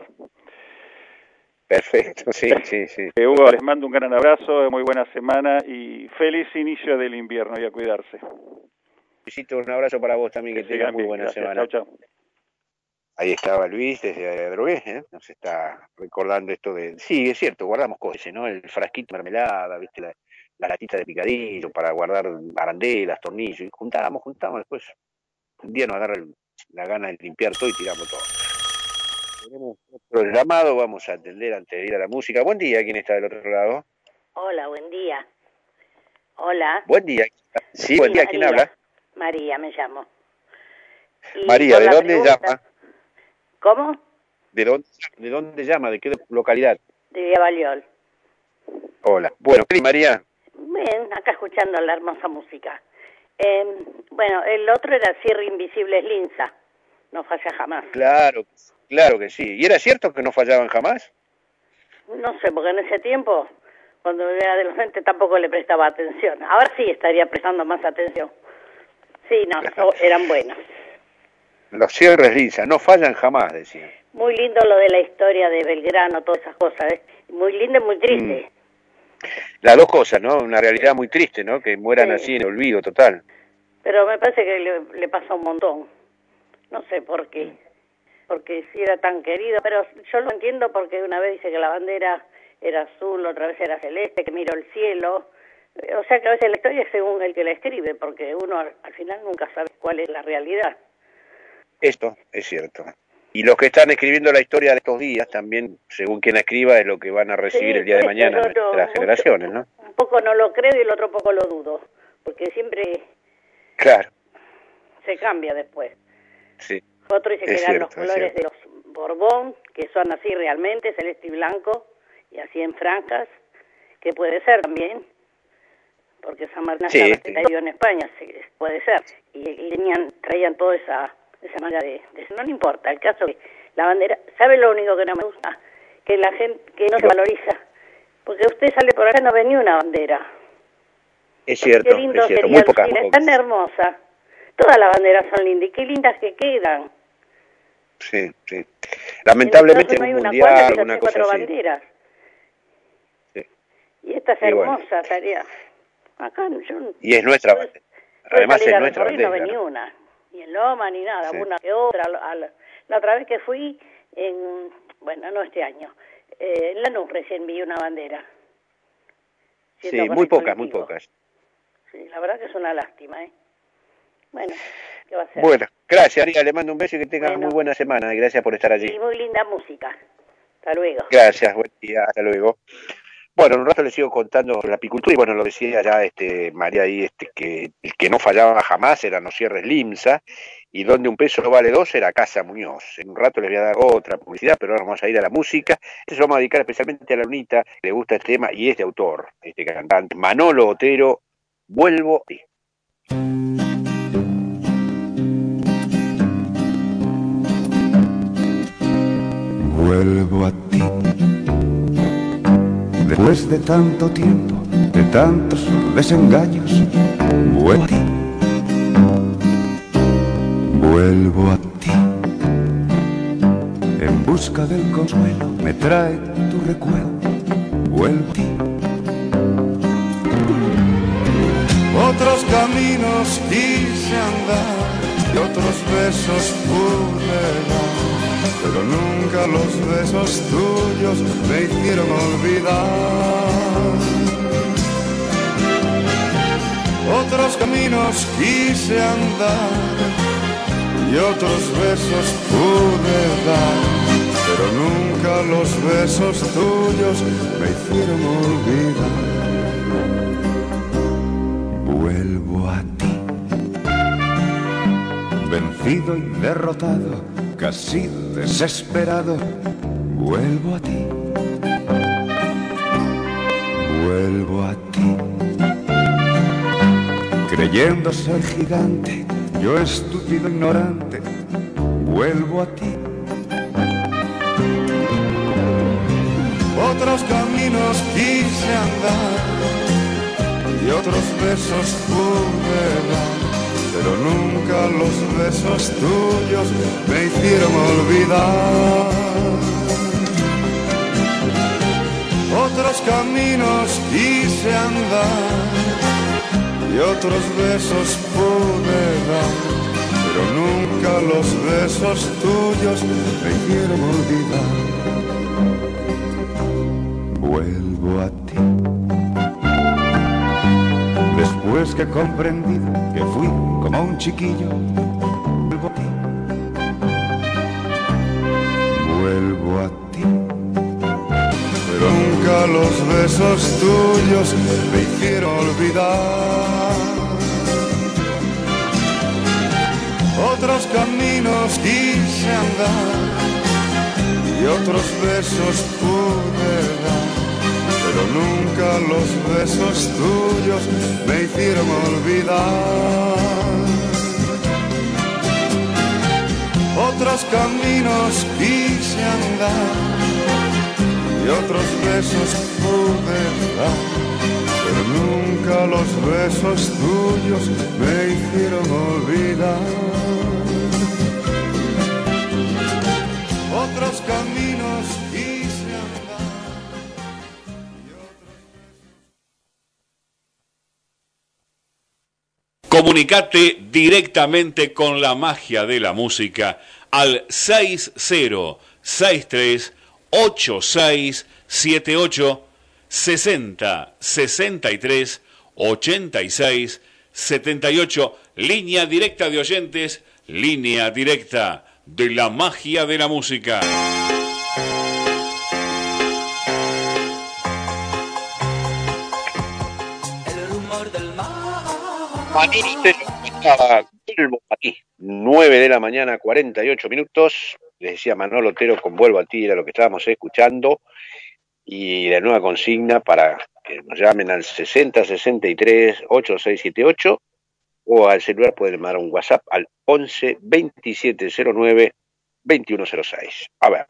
Perfecto, sí. Hugo, les mando un gran abrazo, muy buena semana y feliz inicio del invierno y a cuidarse. Luisito, un abrazo para vos también, que tengas muy buena semana. Chao. Ahí estaba Luis desde Adrogué, nos está recordando esto de... Sí, es cierto, guardamos cosas, ¿no? El frasquito de mermelada, ¿viste? las latitas de picadillo para guardar arandelas, tornillos, y juntábamos, después un día nos agarra la gana de limpiar todo y tiramos todo. Tenemos otro llamado, vamos a atender antes de ir a la música. Buen día, ¿quién está del otro lado? Hola, buen día. Hola. Buen día. Sí, buen día, María. ¿quién habla? María me llamo. Y María, ¿de dónde llama? ¿Cómo? ¿De dónde llama? ¿De qué localidad? De Villavaliol. Hola. Bueno, María. Bien, acá escuchando la hermosa música. Bueno, el otro era Cierre Invisible Linza. No falla jamás. Claro que sí. ¿Y era cierto que no fallaban jamás? No sé, porque en ese tiempo, cuando era adolescente, tampoco le prestaba atención. Ahora sí estaría prestando más atención. Sí, no, eran buenos. Los cierres Linza, no fallan jamás, decía. Muy lindo lo de la historia de Belgrano, todas esas cosas, ¿eh? Muy lindo y muy triste. Las dos cosas, ¿no? Una realidad muy triste, ¿no? Que mueran así en el olvido total. Pero me parece que le pasa un montón. No sé por qué. Porque sí era tan querido, pero yo lo entiendo porque una vez dice que la bandera era azul, otra vez era celeste, que miró el cielo. O sea que a veces la historia es según el que la escribe, porque uno al final nunca sabe cuál es la realidad. Esto es cierto. Y los que están escribiendo la historia de estos días, también, según quien la escriba, es lo que van a recibir el día de mañana nuestras generaciones, ¿no? Un poco no lo creo y el otro poco lo dudo, porque siempre se cambia después. Sí. Otro dice que eran los colores de los Borbón, que son así realmente, celeste y blanco, y así en franjas, que puede ser también, porque San Martín está en España, sí, puede ser, y traían toda esa manera de no importa, el caso que la bandera, ¿sabe lo único que no me gusta? Que la gente, que no se valoriza, porque usted sale por acá no ve ni una bandera. Es cierto, qué lindo es cierto, sería muy pocas. Es tan hermosa, todas las banderas son lindas, y qué lindas que quedan. Sí. Lamentablemente no hay un una mundial, cuadra, una cosa 4 así. banderas. Sí. Y esta es hermosa, estaría. Acá yo. Y es nuestra bandera. Además es nuestra bandera. No ve ni una, ni en Loma ni nada, una que otra. La otra vez que fui, no este año, en Lanús recién vi una bandera. Sí, muy pocas. Sí, la verdad que es una lástima, ¿eh? Bueno, ¿qué va a ser? Bueno, gracias, María, le mando un beso y que tengas muy buena semana. Y gracias por estar allí. Y muy linda música. Hasta luego. Gracias, buen día, hasta luego. Bueno, en un rato les sigo contando sobre la apicultura, y bueno, lo decía ya María ahí, que el que no fallaba jamás eran los cierres Linza, y donde un peso no vale dos era Casa Muñoz. En un rato les voy a dar otra publicidad, pero ahora vamos a ir a la música. Eso vamos a dedicar especialmente a la Lunita, que le gusta este tema, y este autor, este cantante, Manolo Otero, Vuelvo a ti. Vuelvo a ti, después de tanto tiempo, de tantos desengaños. Vuelvo a ti, vuelvo a ti, en busca del consuelo, me trae tu recuerdo. Vuelvo a ti. Otros caminos quise andar y otros besos pude dar, pero nunca los besos tuyos me hicieron olvidar. Otros caminos quise andar y otros besos pude dar, pero nunca los besos tuyos me hicieron olvidar. Vuelvo a ti, vencido y derrotado, casi desesperado, vuelvo a ti, vuelvo a ti, creyendo ser gigante, yo estúpido ignorante, vuelvo a ti. Otros caminos quise andar y otros besos pude dar, pero nunca los besos tuyos me hicieron olvidar. Otros caminos quise andar y otros besos pude dar, pero nunca los besos tuyos me hicieron olvidar. Vuelvo a ti, Después que he comprendido que fui como un chiquillo, vuelvo a ti. Pero nunca los besos tuyos me hicieron olvidar. Otros caminos quise andar y otros besos pude dar, pero nunca los besos tuyos me hicieron olvidar. Otros caminos quise andar y otros besos pude dar, pero nunca los besos tuyos me hicieron olvidar. Otros caminos quise andar y otros... Comunicate directamente con la magia de la música al 60638678 60 63 86 78, línea directa de oyentes, línea directa de la magia de la música. Aquí, 9 de la mañana, 48 minutos. Les decía Manolo Otero con Vuelvo a ti, era lo que estábamos escuchando. Y la nueva consigna para que nos llamen al 60 63 8678 o al celular pueden mandar un WhatsApp al 11 2709 2106. A ver.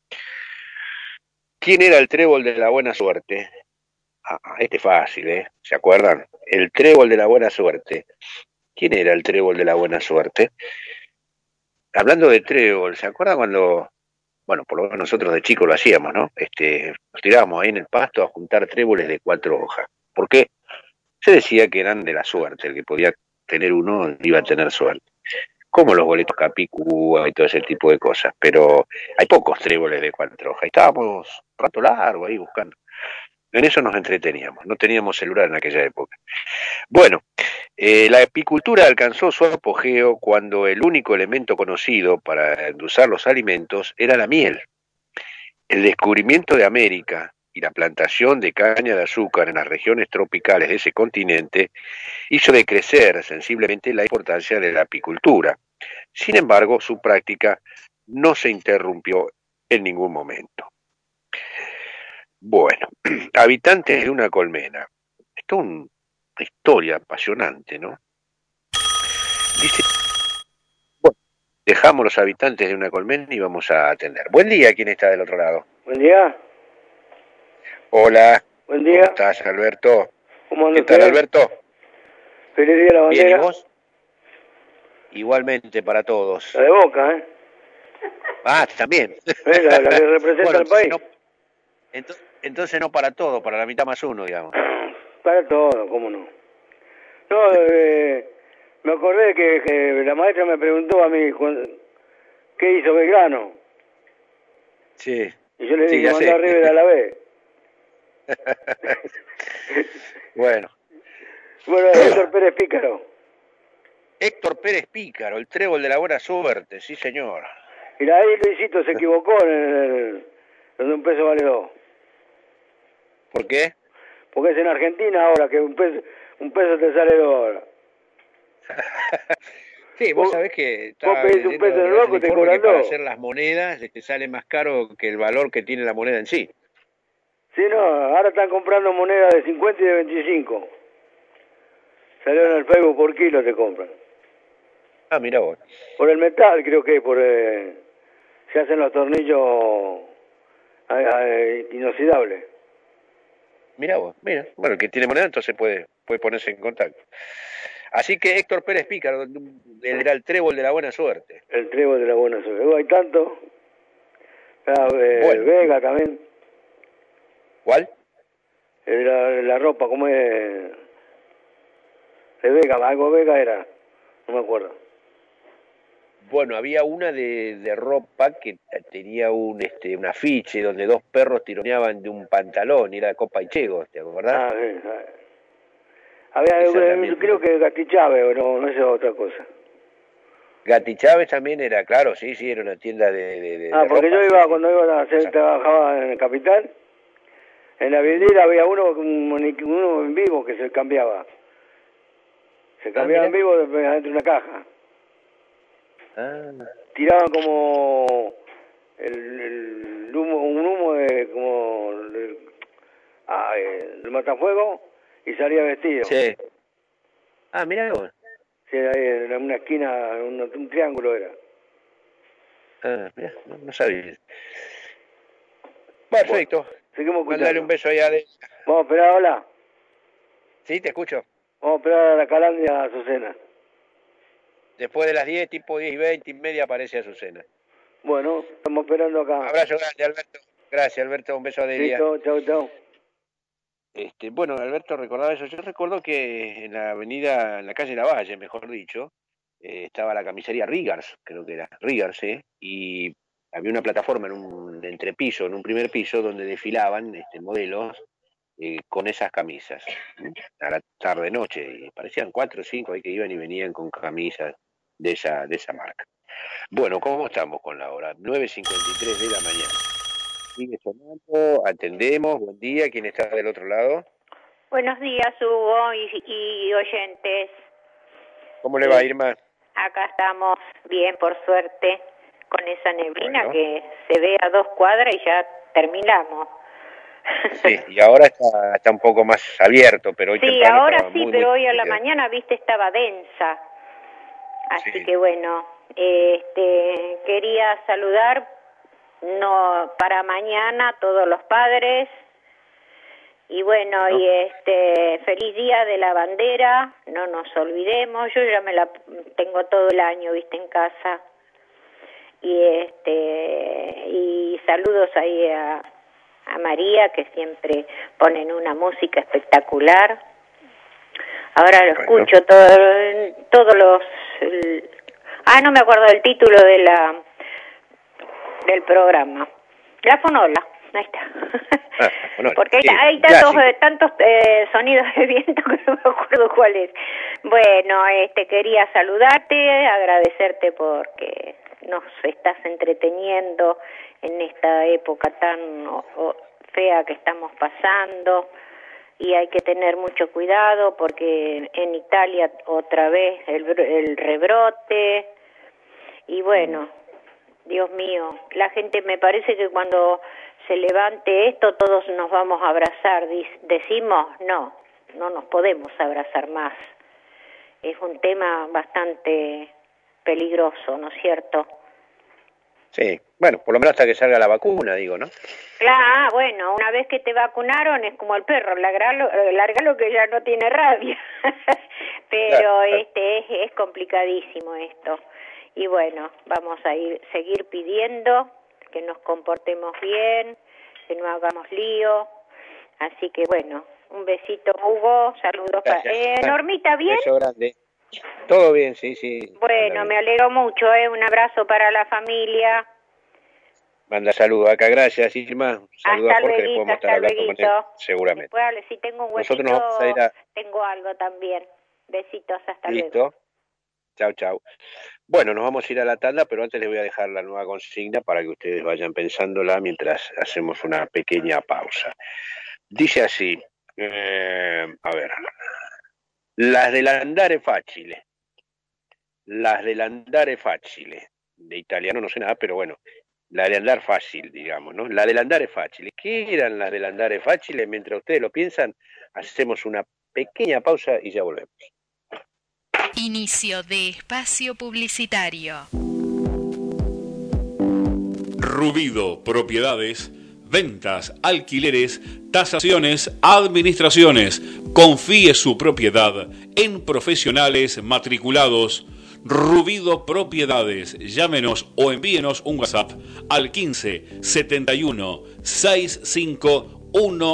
¿Quién era el trébol de la buena suerte? Este es fácil, ¿eh? ¿Se acuerdan? El trébol de la buena suerte. ¿Quién era el trébol de la buena suerte? Hablando de trébol, ¿se acuerdan cuando, bueno, por lo menos nosotros de chicos lo hacíamos, ¿no? Nos tirábamos ahí en el pasto a juntar tréboles de 4 hojas. ¿Por qué? Se decía que eran de la suerte, el que podía tener uno iba a tener suerte. Como los boletos Capicúa y todo ese tipo de cosas, pero hay pocos tréboles de 4 hojas. Estábamos un rato largo ahí buscando. En eso nos entreteníamos, no teníamos celular en aquella época. Bueno, la apicultura alcanzó su apogeo cuando el único elemento conocido para endulzar los alimentos era la miel. El descubrimiento de América y la plantación de caña de azúcar en las regiones tropicales de ese continente hizo decrecer sensiblemente la importancia de la apicultura. Sin embargo, su práctica no se interrumpió en ningún momento. Bueno, habitantes de una colmena. Esto es una historia apasionante, ¿no? Dice, bueno, dejamos los habitantes de una colmena y vamos a atender. Buen día, ¿quién está del otro lado? Buen día. Hola. Buen día. ¿Cómo estás, Alberto? ¿Cómo andas? ¿Qué tal, Alberto? Feliz día de la bandera. Bien, ¿y vos? Igualmente para todos. La de Boca, ¿eh? Ah, también. La que representa bueno, al país. Entonces no para todo, para la mitad más uno, digamos. Para todo, ¿cómo no? No, me acordé que la maestra me preguntó a mí qué hizo Belgrano. Sí. Y yo le dije que ya mandó a River a la B. Bueno. Bueno, Héctor Pérez Pícaro. Héctor Pérez Pícaro, el trébol de la buena suerte, sí señor. Y ahí Luisito se equivocó en donde un peso vale 2. ¿Por qué? Porque es en Argentina ahora que un peso te sale 2 ahora. Sí, vos sabés que vos pedís un peso en el banco y te cobran 2. Para hacer las monedas te sale más caro que el valor que tiene la moneda en sí. Sí, no, ahora están comprando monedas de 50 y de 25. Salieron al Facebook por kilo te compran. Ah, mira vos. Por el metal creo que se hacen los tornillos inoxidables. Mira vos, mira. Bueno, el que tiene moneda entonces puede ponerse en contacto. Así que Héctor Pérez Pícaro era el trébol de la buena suerte. El trébol de la buena suerte. Hay tanto. Bueno. Vega también. ¿Cuál? La ropa, ¿cómo es? De Vega, algo Vega era. No me acuerdo. Bueno, había una de ropa que tenía un afiche donde 2 perros tironeaban de un pantalón, y era Copa y Chegos, ¿te acordás? Sí. Creo que Gatti Chávez, o no es otra cosa. Gatti Chávez también era, claro, sí, era una tienda de porque ropa, yo iba, cuando iba a hacer, trabajaba en el Capital, en la vidriera había uno en vivo que se cambiaba. Se cambiaba en vivo dentro de una caja. Tiraban como el humo, un humo de como el matafuego y salía vestido. Sí. Mirá vos. Sí, ahí en una esquina, un triángulo era. Mirá, no sabía. Perfecto. Seguimos escuchando. Mandale un beso allá de... Vamos a esperar, hola. Sí, te escucho. Vamos a esperar a la Calandria Azucena. Después de las 10, tipo 10 y 20 y media, aparece Azucena. Bueno, estamos esperando acá. Abrazo grande, Alberto. Gracias, Alberto. Un beso a Delia. Listo, chau. Bueno, Alberto recordaba eso. Yo recuerdo que en la avenida, en la calle Lavalle, mejor dicho, estaba la camisería Rigars, creo que era Rigars, y había una plataforma en un entrepiso, en un primer piso, donde desfilaban modelos con esas camisas a la tarde-noche, y parecían 4 o 5 ahí que iban y venían con camisas de esa marca. Bueno, ¿cómo estamos con la hora? 9:53 de la mañana. Sigue sonando, atendemos, buen día, ¿quién está del otro lado? Buenos días, Hugo y oyentes. ¿Cómo le va, Irma? Acá estamos bien, por suerte, con esa neblina que se ve a 2 cuadras y ya terminamos. Sí, y ahora está un poco más abierto, pero hoy temprano ahora estaba sí, muy, pero muy hoy a la frío. mañana, estaba densa. Así que bueno, quería saludar para mañana a todos los padres y bueno, y feliz día de la bandera, no nos olvidemos. Yo ya me la tengo todo el año, en casa. Y saludos ahí a María, que siempre ponen una música espectacular. Ahora lo escucho todos los... no me acuerdo del título del programa. La Fonola, ahí está. Porque hay tantos sonidos de viento que no me acuerdo cuál es. Bueno, quería saludarte, agradecerte porque nos estás entreteniendo en esta época tan fea que estamos pasando. Y hay que tener mucho cuidado porque en Italia otra vez el rebrote. Y bueno, Dios mío, la gente, me parece que cuando se levante esto todos nos vamos a abrazar. Decimos, no nos podemos abrazar más. Es un tema bastante peligroso, ¿no es cierto? Sí, bueno, por lo menos hasta que salga la vacuna, digo, ¿no? Claro, bueno, una vez que te vacunaron es como el perro, largalo que ya no tiene rabia. Pero claro. Es complicadísimo esto. Y bueno, vamos a seguir pidiendo que nos comportemos bien, que no hagamos lío. Así que bueno, un besito, Hugo, saludos. Normita, ¿bien? Beso grande. Todo bien, sí. Bueno, me alegro mucho, un abrazo para la familia. Manda saludos acá, gracias, Irma. Saludos a Jorge, le podemos estar hablando con él, seguramente. Después, si tengo un huesito, nosotros nos vamos a ir tengo algo también. Besitos, hasta luego. Listo. Chau. Bueno, nos vamos a ir a la tanda, pero antes les voy a dejar la nueva consigna para que ustedes vayan pensándola mientras hacemos una pequeña pausa. Dice así, a ver... Las dell'andare facile. De italiano no sé nada, pero bueno, la de andar fácil, digamos, ¿no? La dell'andare facile. ¿Qué eran las dell'andare facile? Mientras ustedes lo piensan, hacemos una pequeña pausa y ya volvemos. Inicio de espacio publicitario. Rubido Propiedades. Ventas, alquileres, tasaciones, administraciones. Confíe su propiedad en profesionales matriculados. Rubido Propiedades. Llámenos o envíenos un WhatsApp al 15 71 65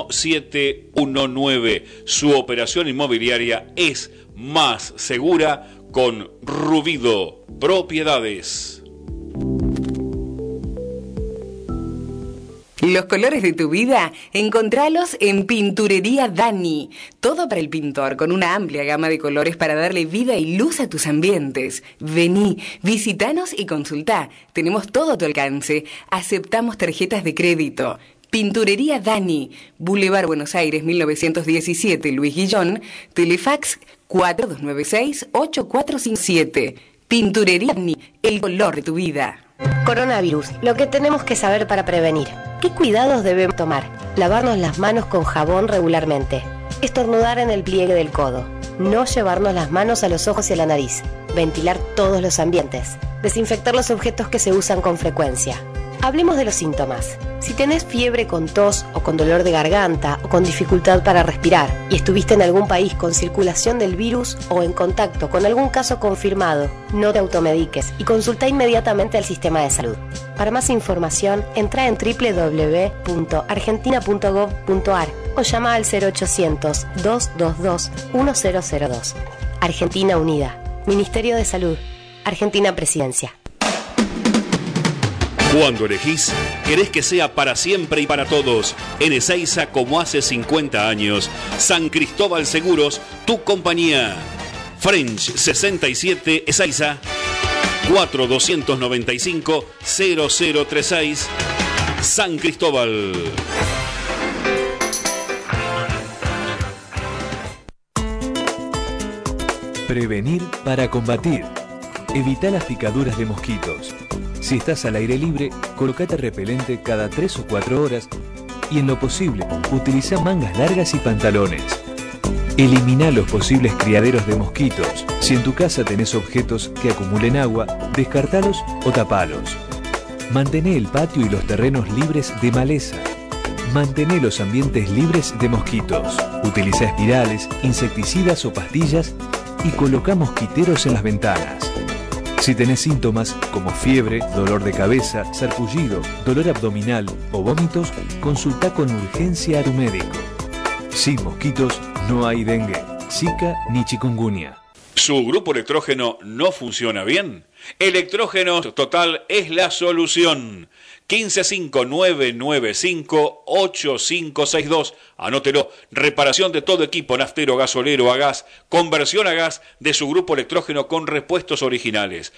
1719. Su operación inmobiliaria es más segura con Rubido Propiedades. Los colores de tu vida, encontralos en Pinturería Dani. Todo para el pintor, con una amplia gama de colores para darle vida y luz a tus ambientes. Vení, visitanos y consultá. Tenemos todo a tu alcance. Aceptamos tarjetas de crédito. Pinturería Dani, Boulevard Buenos Aires 1917, Luis Guillón, Telefax 4296-8457. Pinturería Dani, el color de tu vida. Coronavirus, lo que tenemos que saber para prevenir. ¿Qué cuidados debemos tomar? Lavarnos las manos con jabón regularmente. Estornudar en el pliegue del codo. No llevarnos las manos a los ojos y a la nariz. Ventilar todos los ambientes. Desinfectar los objetos que se usan con frecuencia. Hablemos de los síntomas. Si tenés fiebre con tos o con dolor de garganta o con dificultad para respirar y estuviste en algún país con circulación del virus o en contacto con algún caso confirmado, no te automediques y consulta inmediatamente al sistema de salud. Para más información, entra en www.argentina.gov.ar o llama al 0800-222-1002. Argentina Unida. Ministerio de Salud. Argentina Presidencia. Cuando elegís, querés que sea para siempre y para todos. En Ezeiza, como hace 50 años. San Cristóbal Seguros, tu compañía. French 67 Ezeiza, 4295-0036. San Cristóbal. Prevenir para combatir. Evita las picaduras de mosquitos. Si estás al aire libre, colocate repelente cada 3 o 4 horas y en lo posible, utiliza mangas largas y pantalones. Elimina los posibles criaderos de mosquitos. Si en tu casa tenés objetos que acumulen agua, descartalos o tapalos. Mantené el patio y los terrenos libres de maleza. Mantené los ambientes libres de mosquitos. Utiliza espirales, insecticidas o pastillas y coloca mosquiteros en las ventanas. Si tenés síntomas como fiebre, dolor de cabeza, sarpullido, dolor abdominal o vómitos, consulta con urgencia a tu médico. Sin mosquitos no hay dengue, zika ni chikungunya. ¿Su grupo electrógeno no funciona bien? Electrógenos Total es la solución. 155995-8562. Anótelo. Reparación de todo equipo naftero, gasolero, a gas. Conversión a gas de su grupo electrógeno con repuestos originales.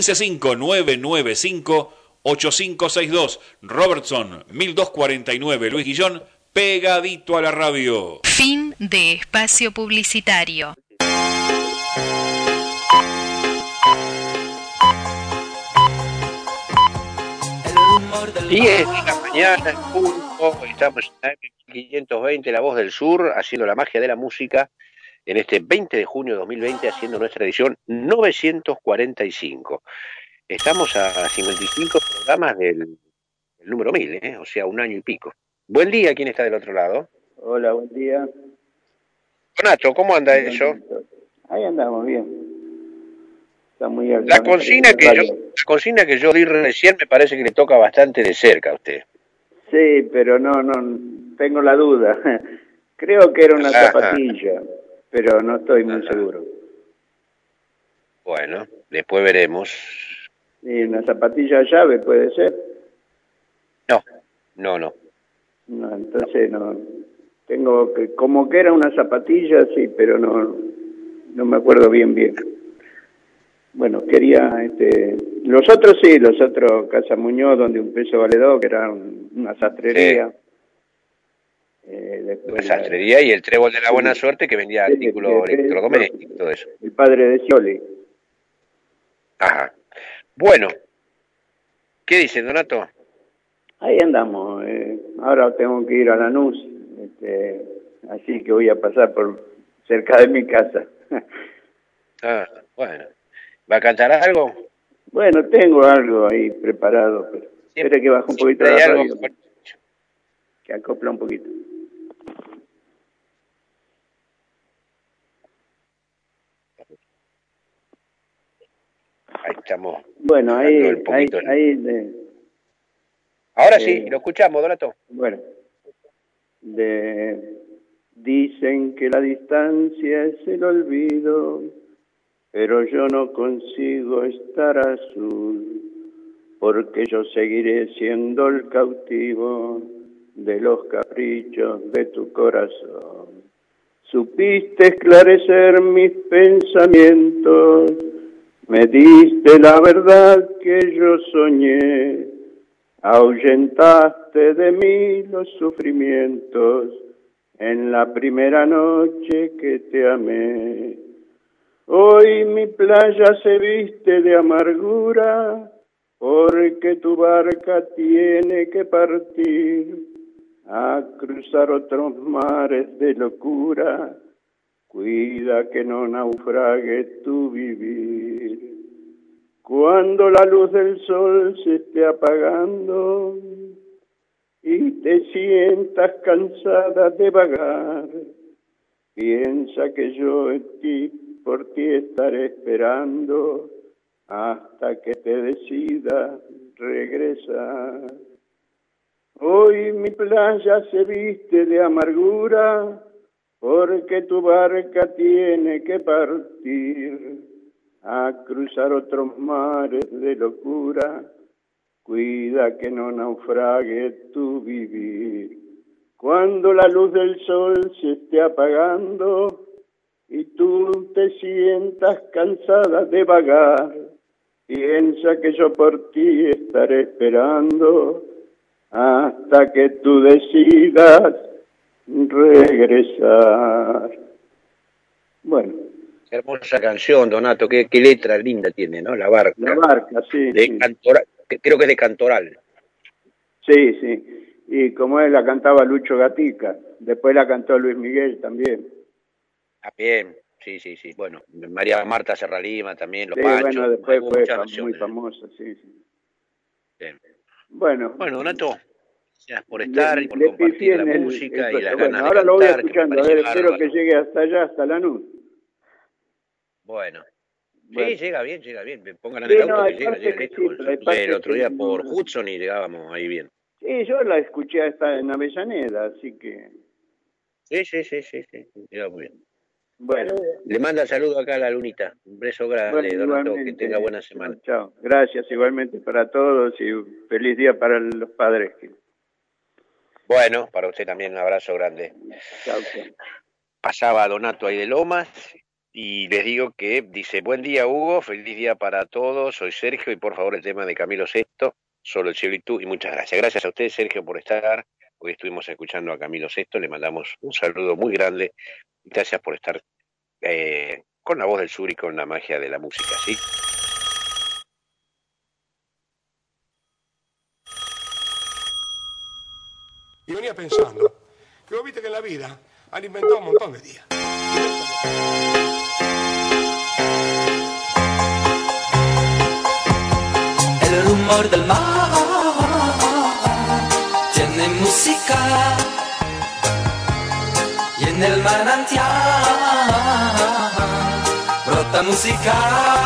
155995-8562. Robertson 1249 Luis Guillón. Pegadito a la radio. Fin de espacio publicitario. 10 de la mañana en punto, estamos en 520, La Voz del Sur, haciendo la magia de la música en este 20 de junio de 2020, haciendo nuestra edición 945. Estamos a 55 programas del número 1000, o sea, un año y pico. Buen día, ¿quién está del otro lado? Hola, buen día. Nacho, ¿cómo anda eso? Ahí andamos bien. Está muy La consigna que yo di recién me parece que le toca bastante de cerca a usted. Sí, pero no tengo la duda. Creo que era una zapatilla, pero no estoy muy seguro. Bueno, después veremos. Sí, una zapatilla a llave puede ser. No, entonces no. Tengo que, como que era una zapatilla, sí, pero no me acuerdo bien. Bueno, quería, los otros Casa Muñoz, donde un peso vale dos, que era una sastrería. Una sastrería y el Trébol de la Buena Suerte, que vendía artículos electrodomésticos, todo eso. El padre de Scioli. Ajá. Bueno, ¿qué dice, Donato? Ahí andamos. Ahora tengo que ir a Lanús, así que voy a pasar por cerca de mi casa. Bueno. ¿Va a cantar algo? Bueno, tengo algo ahí preparado, pero espere que baje un poquito la radio, que acopla un poquito. Ahí estamos. Bueno, ahí ahora sí, lo escuchamos, Donato. Bueno, dicen que la distancia es el olvido, pero yo no consigo estar azul, porque yo seguiré siendo el cautivo de los caprichos de tu corazón. Supiste esclarecer mis pensamientos, me diste la verdad que yo soñé, ahuyentaste de mí los sufrimientos en la primera noche que te amé. Hoy mi playa se viste de amargura, porque tu barca tiene que partir a cruzar otros mares de locura. Cuida que no naufrague tu vivir. Cuando la luz del sol se esté apagando y te sientas cansada de vagar, piensa que yo por ti estaré esperando hasta que te decidas regresar. Hoy mi playa se viste de amargura, porque tu barca tiene que partir a cruzar otros mares de locura. Cuida que no naufrague tu vivir. Cuando la luz del sol se esté apagando y tú te sientas cansada de vagar, piensa que yo por ti estaré esperando hasta que tú decidas regresar. Bueno. Hermosa canción, Donato, qué letra linda tiene, ¿no? La barca. La barca, sí. Sí. Creo que es de Cantoral. Sí, sí. Y como él la cantaba Lucho Gatica, después la cantó Luis Miguel también. También, sí. Bueno, María Marta Serralima también, Los sí, Panchos. Bueno, después fue muy famosa, sí. Bien. Bueno, Donato, gracias por estar y por compartir la música y las ganas de ahora cantar. Lo voy escuchando, a ver, espero que llegue hasta allá, hasta Lanús. Bueno. Sí, llega bien. Pongan en el auto que llega lejos. El otro día por Hudson y llegábamos ahí bien. Sí, yo la escuché hasta en Avellaneda, así que... Sí, llega muy bien. Bueno. Le manda saludo acá a la Lunita. Un beso grande, Donato, que tenga buena semana. Chao. Gracias igualmente para todos y feliz día para los padres. Bueno, para usted también un abrazo grande. Chao. Pasaba Donato ahí de Lomas y les digo que dice: buen día, Hugo, feliz día para todos, soy Sergio y por favor el tema de Camilo VI, Solo el cielo y tú, y muchas gracias. Gracias a usted, Sergio, por estar. Hoy estuvimos escuchando a Camilo VI, le mandamos un saludo muy grande. Gracias por estar con la voz del sur y con la magia de la música, ¿sí? Y venía pensando que vos viste que en la vida han inventado un montón de días. El rumor del mar tiene música y en el manantial brota música.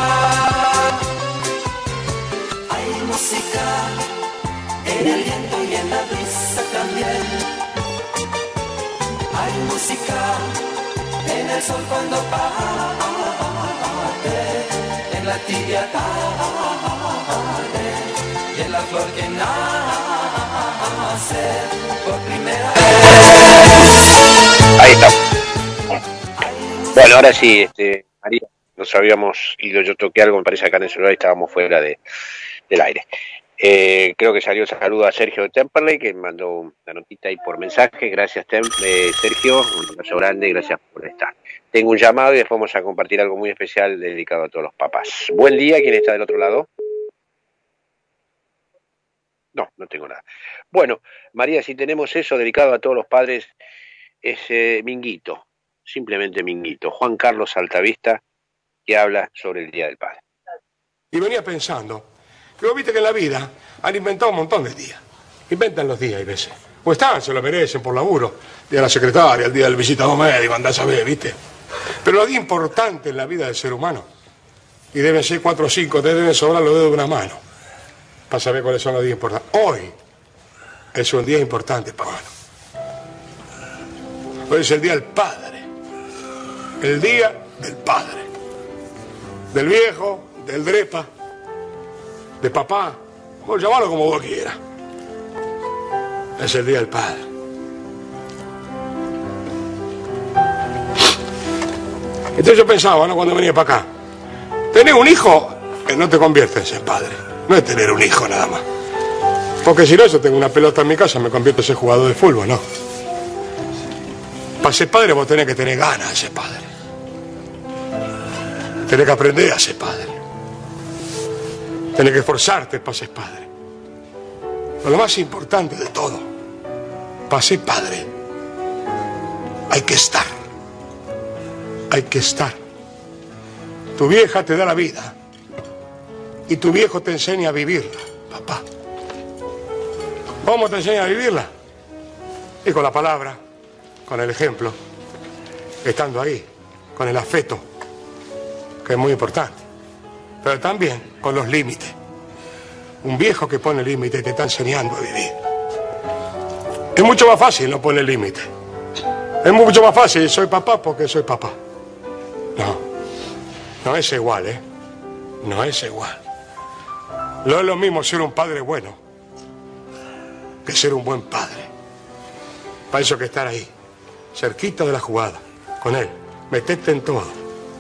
Hay música en el viento y en la brisa también. Hay música en el sol cuando parte, en la tibia tarde y en la flor que nace por primera vez. Ahí está. Bueno, ahora sí, María, nos habíamos ido, yo toqué algo, me parece acá en el celular y estábamos fuera del aire. Creo que salió el saludo a Sergio de Temperley, que mandó una notita ahí por mensaje. Gracias, Sergio, un abrazo grande y gracias por estar. Tengo un llamado y después vamos a compartir algo muy especial dedicado a todos los papás. Buen día, ¿quién está del otro lado? No tengo nada. Bueno, María, si tenemos eso dedicado a todos los padres, es Minguito, simplemente Minguito, Juan Carlos Altavista, que habla sobre el Día del Padre. Y venía pensando que vos viste que en la vida han inventado un montón de días. Inventan los días, hay veces. O están, se lo merecen por laburo. El día de la secretaria, el día del visitador médico, andás a ver, ¿viste? Pero los días importantes en la vida del ser humano, y deben ser 4 o 5, te deben sobrar los dedos de una mano, para saber cuáles son los días importantes. Hoy es un día importante, Pablo. Hoy es el Día del Padre. El Día del Padre. Del viejo, del drepa, de papá, vos llamarlo como vos quieras. Es el Día del Padre. Entonces yo pensaba, ¿no? Cuando venía para acá, tener un hijo no te conviertes en padre. No es tener un hijo nada más. Porque si no, yo tengo una pelota en mi casa, me convierto en ser jugador de fútbol, ¿no? Para ser padre vos tenés que tener ganas de ser padre. Tenés que aprender a ser padre. Tenés que esforzarte para ser padre. Pero lo más importante de todo, para ser padre, hay que estar. Hay que estar. Tu vieja te da la vida y tu viejo te enseña a vivirla, papá. ¿Cómo te enseña a vivirla? Y con la palabra, con el ejemplo, estando ahí, con el afecto, que es muy importante, pero también con los límites. Un viejo que pone límites te está enseñando a vivir. Es mucho más fácil no poner límites. Es mucho más fácil, soy papá porque soy papá. No es igual, ¿eh? No es igual. No es lo mismo ser un padre bueno que ser un buen padre. Para eso hay que estar ahí, cerquita de la jugada, con él, meterte en todo.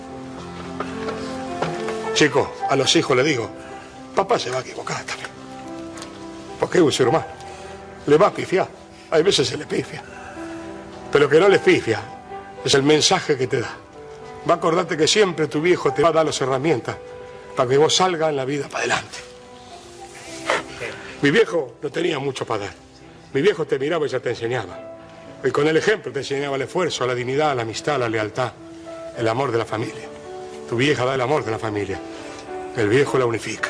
Chicos, a los hijos les digo, papá se va a equivocar también. Porque es un ser humano. Le va a pifiar. Hay veces se le pifia. Pero que no le pifia es el mensaje que te da. Va a acordarte que siempre tu viejo te va a dar las herramientas para que vos salgas en la vida para adelante. Mi viejo no tenía mucho para dar. Mi viejo te miraba y ya te enseñaba. Y con el ejemplo te enseñaba el esfuerzo, la dignidad, la amistad, la lealtad, el amor de la familia. Tu vieja da el amor de la familia. El viejo la unifica.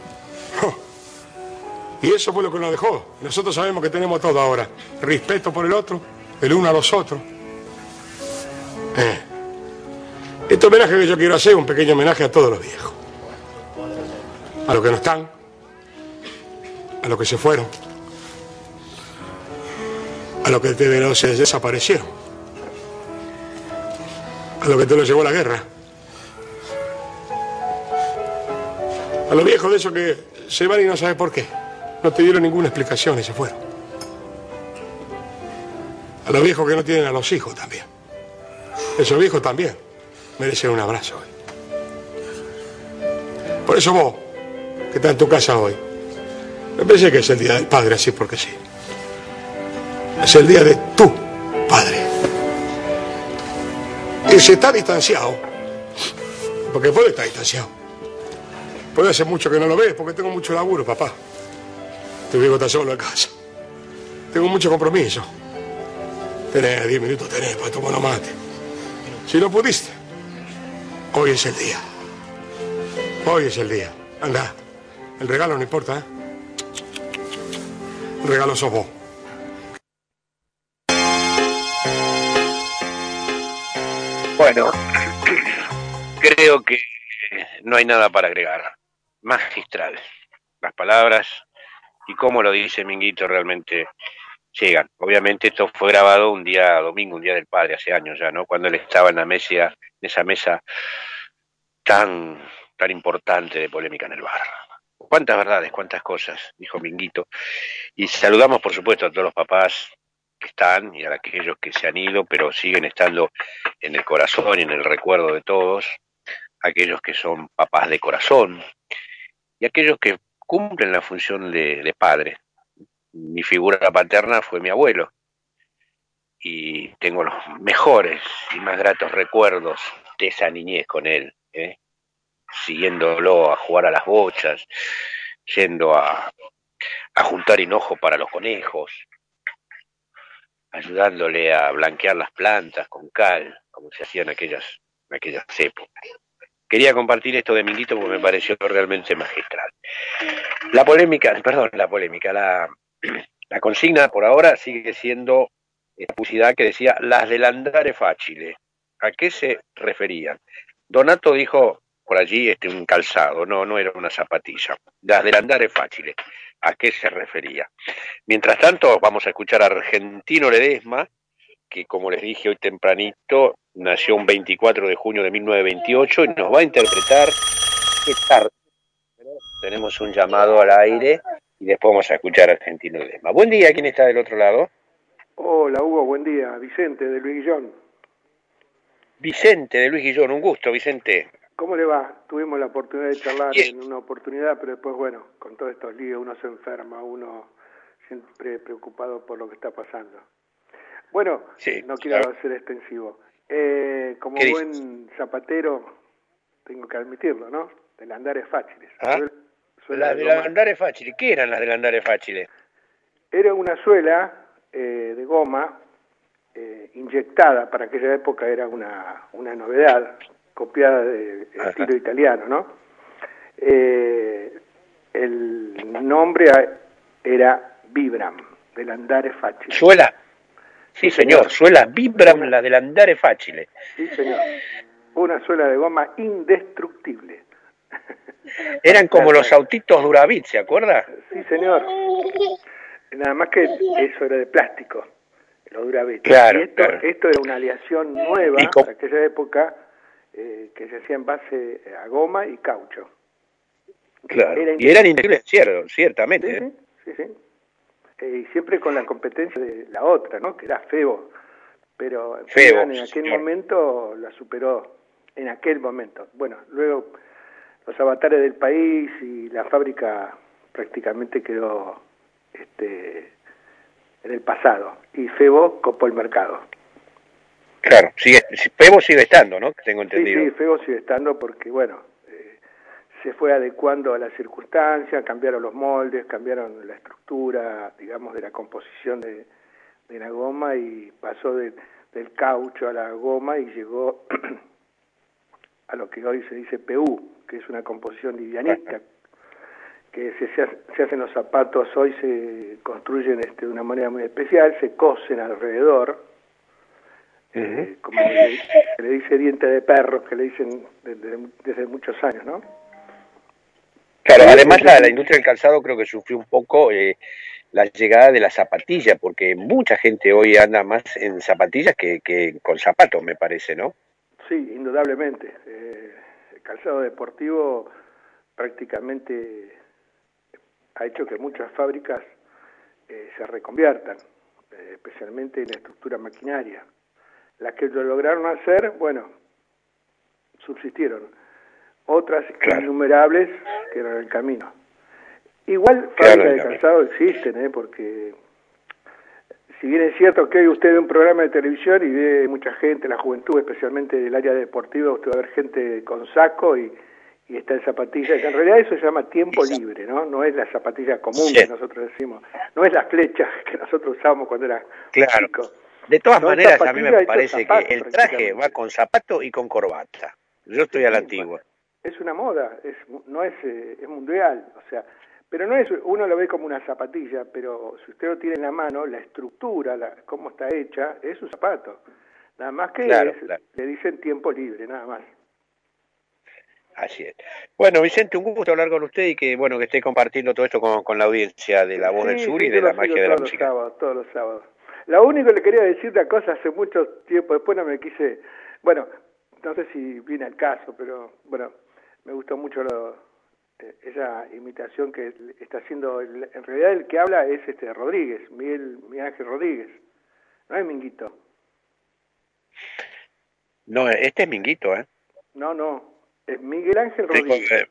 Y eso fue lo que nos dejó. Nosotros sabemos que tenemos todo ahora. Respeto por el otro, el uno a los otros. Este homenaje que yo quiero hacer es un pequeño homenaje a todos los viejos. A los que no están, a los que se fueron, a los que se desaparecieron, a los que te los llevó la guerra, a los viejos de esos que se van y no sabes por qué, no te dieron ninguna explicación y se fueron, a los viejos que no tienen a los hijos también. Esos viejos también merecen un abrazo hoy. Por eso vos, que estás en tu casa hoy, me parece que es el Día del Padre, así porque sí. Es el día de tu padre. Y si está distanciado, porque puede estar distanciado, puede hacer mucho que no lo ves, porque tengo mucho laburo, papá. Tu viejo está solo en casa. Tengo mucho compromiso. Tenés 10 minutos, tenés para tomar unos mates. Si no pudiste, hoy es el día. Hoy es el día. Anda. El regalo no importa, ¿eh? El regalo sos vos. Bueno, creo que no hay nada para agregar. Magistral. Las palabras y cómo lo dice Minguito realmente llegan. Obviamente esto fue grabado un día domingo, un día del padre, hace años ya, ¿no? Cuando él estaba en la mesa, en esa mesa tan importante de polémica en el bar. Cuántas verdades, cuántas cosas, dijo Minguito. Y saludamos, por supuesto, a todos los papás que están y a aquellos que se han ido, pero siguen estando en el corazón y en el recuerdo de todos. Aquellos que son papás de corazón y aquellos que cumplen la función de padre. Mi figura paterna fue mi abuelo y tengo los mejores y más gratos recuerdos de esa niñez con él, siguiéndolo a jugar a las bochas, yendo a juntar hinojo para los conejos, ayudándole a blanquear las plantas con cal, como se hacía en aquellas épocas. Quería compartir esto de Minguito porque me pareció realmente magistral. La consigna por ahora sigue siendo esta publicidad que decía las del andare facile. ¿A qué se referían? Donato dijo por allí un calzado, no era una zapatilla. Las del andare facile. ¿A qué se refería? Mientras tanto, vamos a escuchar a Argentino Ledesma, que como les dije hoy tempranito, nació un 24 de junio de 1928 y nos va a interpretar esta. Tenemos un llamado al aire. y después vamos a escuchar Argentino Ledesma. Buen día, ¿quién está del otro lado? Hola Hugo, buen día. Vicente de Luis Guillón. Vicente de Luis Guillón, un gusto, Vicente. ¿Cómo le va? Tuvimos la oportunidad de charlar en una oportunidad, pero después, bueno, con todos estos líos uno se enferma, uno siempre preocupado por lo que está pasando. Bueno, sí, no quiero ser extensivo. Como buen zapatero, tengo que admitirlo, ¿no? Del Andares Fáciles. Las de Andares Fáciles, ¿qué eran las de Andares Fáciles? Era una suela de goma inyectada, para aquella época era una novedad, copiada de estilo italiano, ¿no? El nombre era Vibram, del Andares Fáciles. ¿Suela? Sí, señor, suela Vibram, la del Andares Fáciles. Sí, señor. Una suela de goma indestructible. Eran como los autitos Duravit, ¿se acuerda? Sí, señor. Nada más que eso era de plástico, los Duravit. Claro, y esto era una aleación nueva para aquella época, que se hacía en base a goma y caucho. Claro, y eran indestructibles, ciertamente. Sí. Y siempre con la competencia de la otra, ¿no? Que era Febo. Pero en aquel momento la superó, en aquel momento. Bueno, luego los avatares del país y la fábrica prácticamente quedó en el pasado. Y Febo copó el mercado. Claro, Febo sigue estando, ¿no? Tengo entendido. Sí, Febo sigue estando porque, bueno, se fue adecuando a las circunstancias, cambiaron los moldes, cambiaron la estructura, digamos, de la composición de la goma y pasó del caucho a la goma y llegó a lo que hoy se dice PU, que es una composición livianita, que se hacen los zapatos, hoy se construyen de una manera muy especial, se cosen alrededor, como se le dice diente de perro, que le dicen desde muchos años, ¿no? Claro, además la industria del calzado creo que sufrió un poco la llegada de la zapatilla, porque mucha gente hoy anda más en zapatillas que con zapatos, me parece, ¿no? Sí, indudablemente. El calzado deportivo prácticamente ha hecho que muchas fábricas se reconviertan, especialmente en la estructura maquinaria. Las que lo lograron hacer, bueno, subsistieron. Otras innumerables quedaron en el camino. Igual fábricas de calzado existen, porque si bien es cierto que hoy usted ve un programa de televisión y ve mucha gente, la juventud, especialmente del área deportiva, usted va a ver gente con saco y está en zapatillas. En realidad eso se llama tiempo libre, ¿no? No es la zapatilla común que nosotros decimos, no es la flecha que nosotros usábamos cuando era chico. De todas maneras, a mí me parece que el traje va con zapato y con corbata. Yo estoy a la antigua. Es una moda, es mundial, o sea, pero no es, uno lo ve como una zapatilla, pero si usted lo tiene en la mano, la estructura, cómo está hecha, es un zapato. Nada más que le dicen tiempo libre, nada más. Así es. Bueno, Vicente, un gusto hablar con usted y que esté compartiendo todo esto con la audiencia de La Voz del Sur y de la magia de la música. Todos los sábados. Lo único que le quería decir una cosa hace mucho tiempo, después no me quise, no sé si viene al caso, pero me gustó mucho esa imitación que está haciendo. En realidad el que habla es Rodríguez, Miguel Ángel Rodríguez, no es Minguito. No, este es Minguito, ¿eh? No, es Miguel Ángel Rodríguez.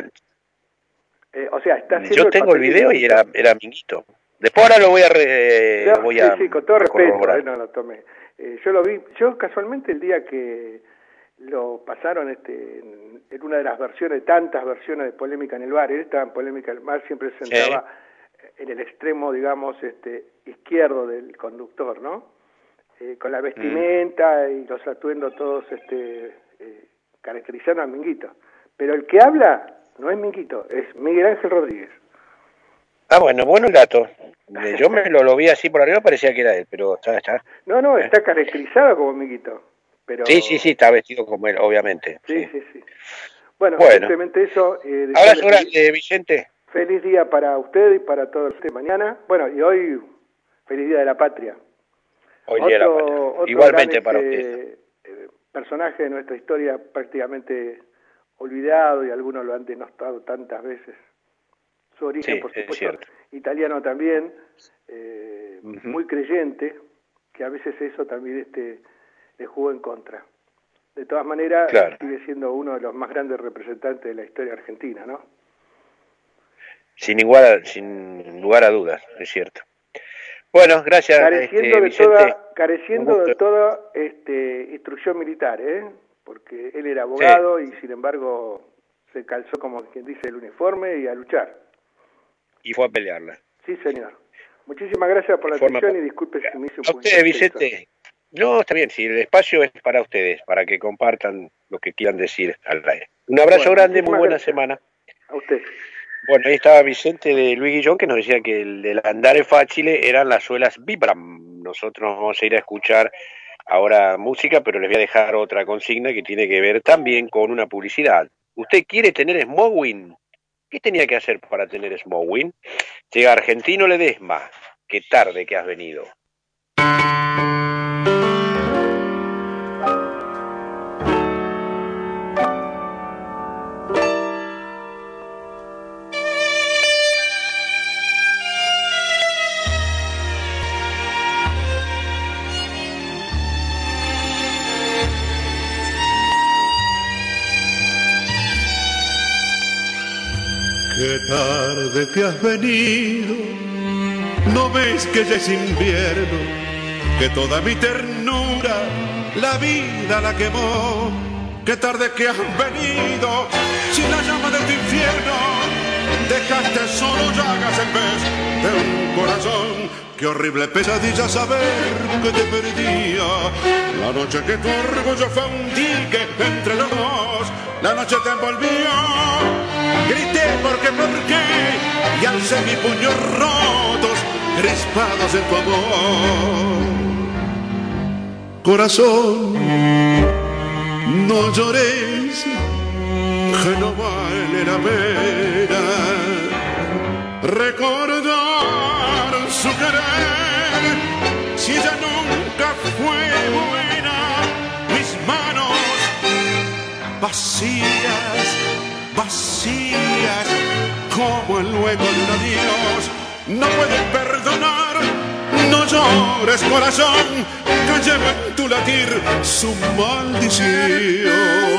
O sea, está haciendo yo tengo el video y era Minguito. Después ahora lo voy a sí, con todo respeto, no lo tomé. Yo lo vi, casualmente el día que lo pasaron en una de las versiones, tantas versiones de Polémica en el Bar, él estaba en Polémica en el Bar, siempre se sentaba en el extremo, digamos, izquierdo del conductor, ¿no? Con la vestimenta y los atuendos todos caracterizando a Minguito. Pero el que habla no es Minguito, es Miguel Ángel Rodríguez. Ah, bueno el dato. Yo me lo vi así por arriba, parecía que era él, pero está. No, está caracterizado como Minguito. Pero... Sí, está vestido como él, obviamente. Sí. Bueno, simplemente eso. Abrazo grande, Vicente. Feliz día para usted y para todos ustedes mañana. Bueno, y hoy, feliz día de la patria. Hoy día de la patria. Igualmente para usted. Personaje de nuestra historia prácticamente olvidado y algunos lo han denostado tantas veces. su origen, por supuesto, italiano también, muy creyente, que a veces eso también le jugó en contra. De todas maneras, sigue siendo uno de los más grandes representantes de la historia argentina, ¿no? Sin lugar a dudas, es cierto. Bueno, gracias, careciendo de toda instrucción militar, porque él era abogado y sin embargo se calzó, como quien dice, el uniforme y a luchar. Y fue a pelearla. Sí, señor. Muchísimas gracias por la atención y disculpe si me hice un poco. A usted, Vicente. No, está bien, si el espacio es para ustedes, para que compartan lo que quieran decir al aire. Un abrazo grande, muy buena semana. A usted. Bueno, ahí estaba Vicente de Luis Guillón, que nos decía que el andare facile eran las suelas Vibram. Nosotros vamos a ir a escuchar ahora música, pero les voy a dejar otra consigna que tiene que ver también con una publicidad. ¿Usted quiere tener Smowin? ¿Qué tenía que hacer para tener Smowin? Llega Argentino Ledesma. Qué tarde que has venido. Qué tarde que has venido, no ves que ya es invierno, que toda mi ternura la vida la quemó. Qué tarde que has venido, sin la llama de tu infierno, dejaste solo llagas en vez de un corazón. Qué horrible pesadilla saber que te perdía, la noche que tu orgullo fue un dique entre los dos, la noche te envolvió. Grité porque, y alcé mis puños rotos, crispados en tu amor. Corazón, no llores, que no vale la pena recordar su querer, si ella nunca fue buena. Mis manos vacías, vacías como el hueco de un adiós, no pueden perdonar. No llores, corazón, que llevo en tu latir su maldición.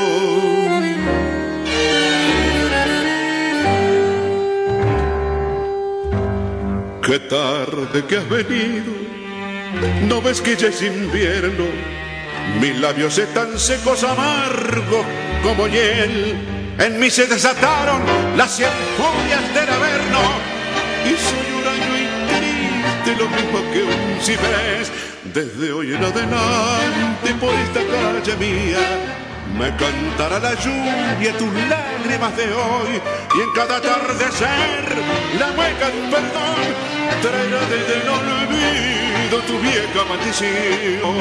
Qué tarde que has venido, no ves que ya es invierno, mis labios están secos, amargos como hiel. En mí se desataron las 100 furias del averno y soy huraño y triste, lo mismo que un ciprés. Desde hoy en adelante por esta calle mía me cantará la lluvia tus lágrimas de hoy, y en cada atardecer la hueca de un perdón traerá desde el olvido tu vieja maldición.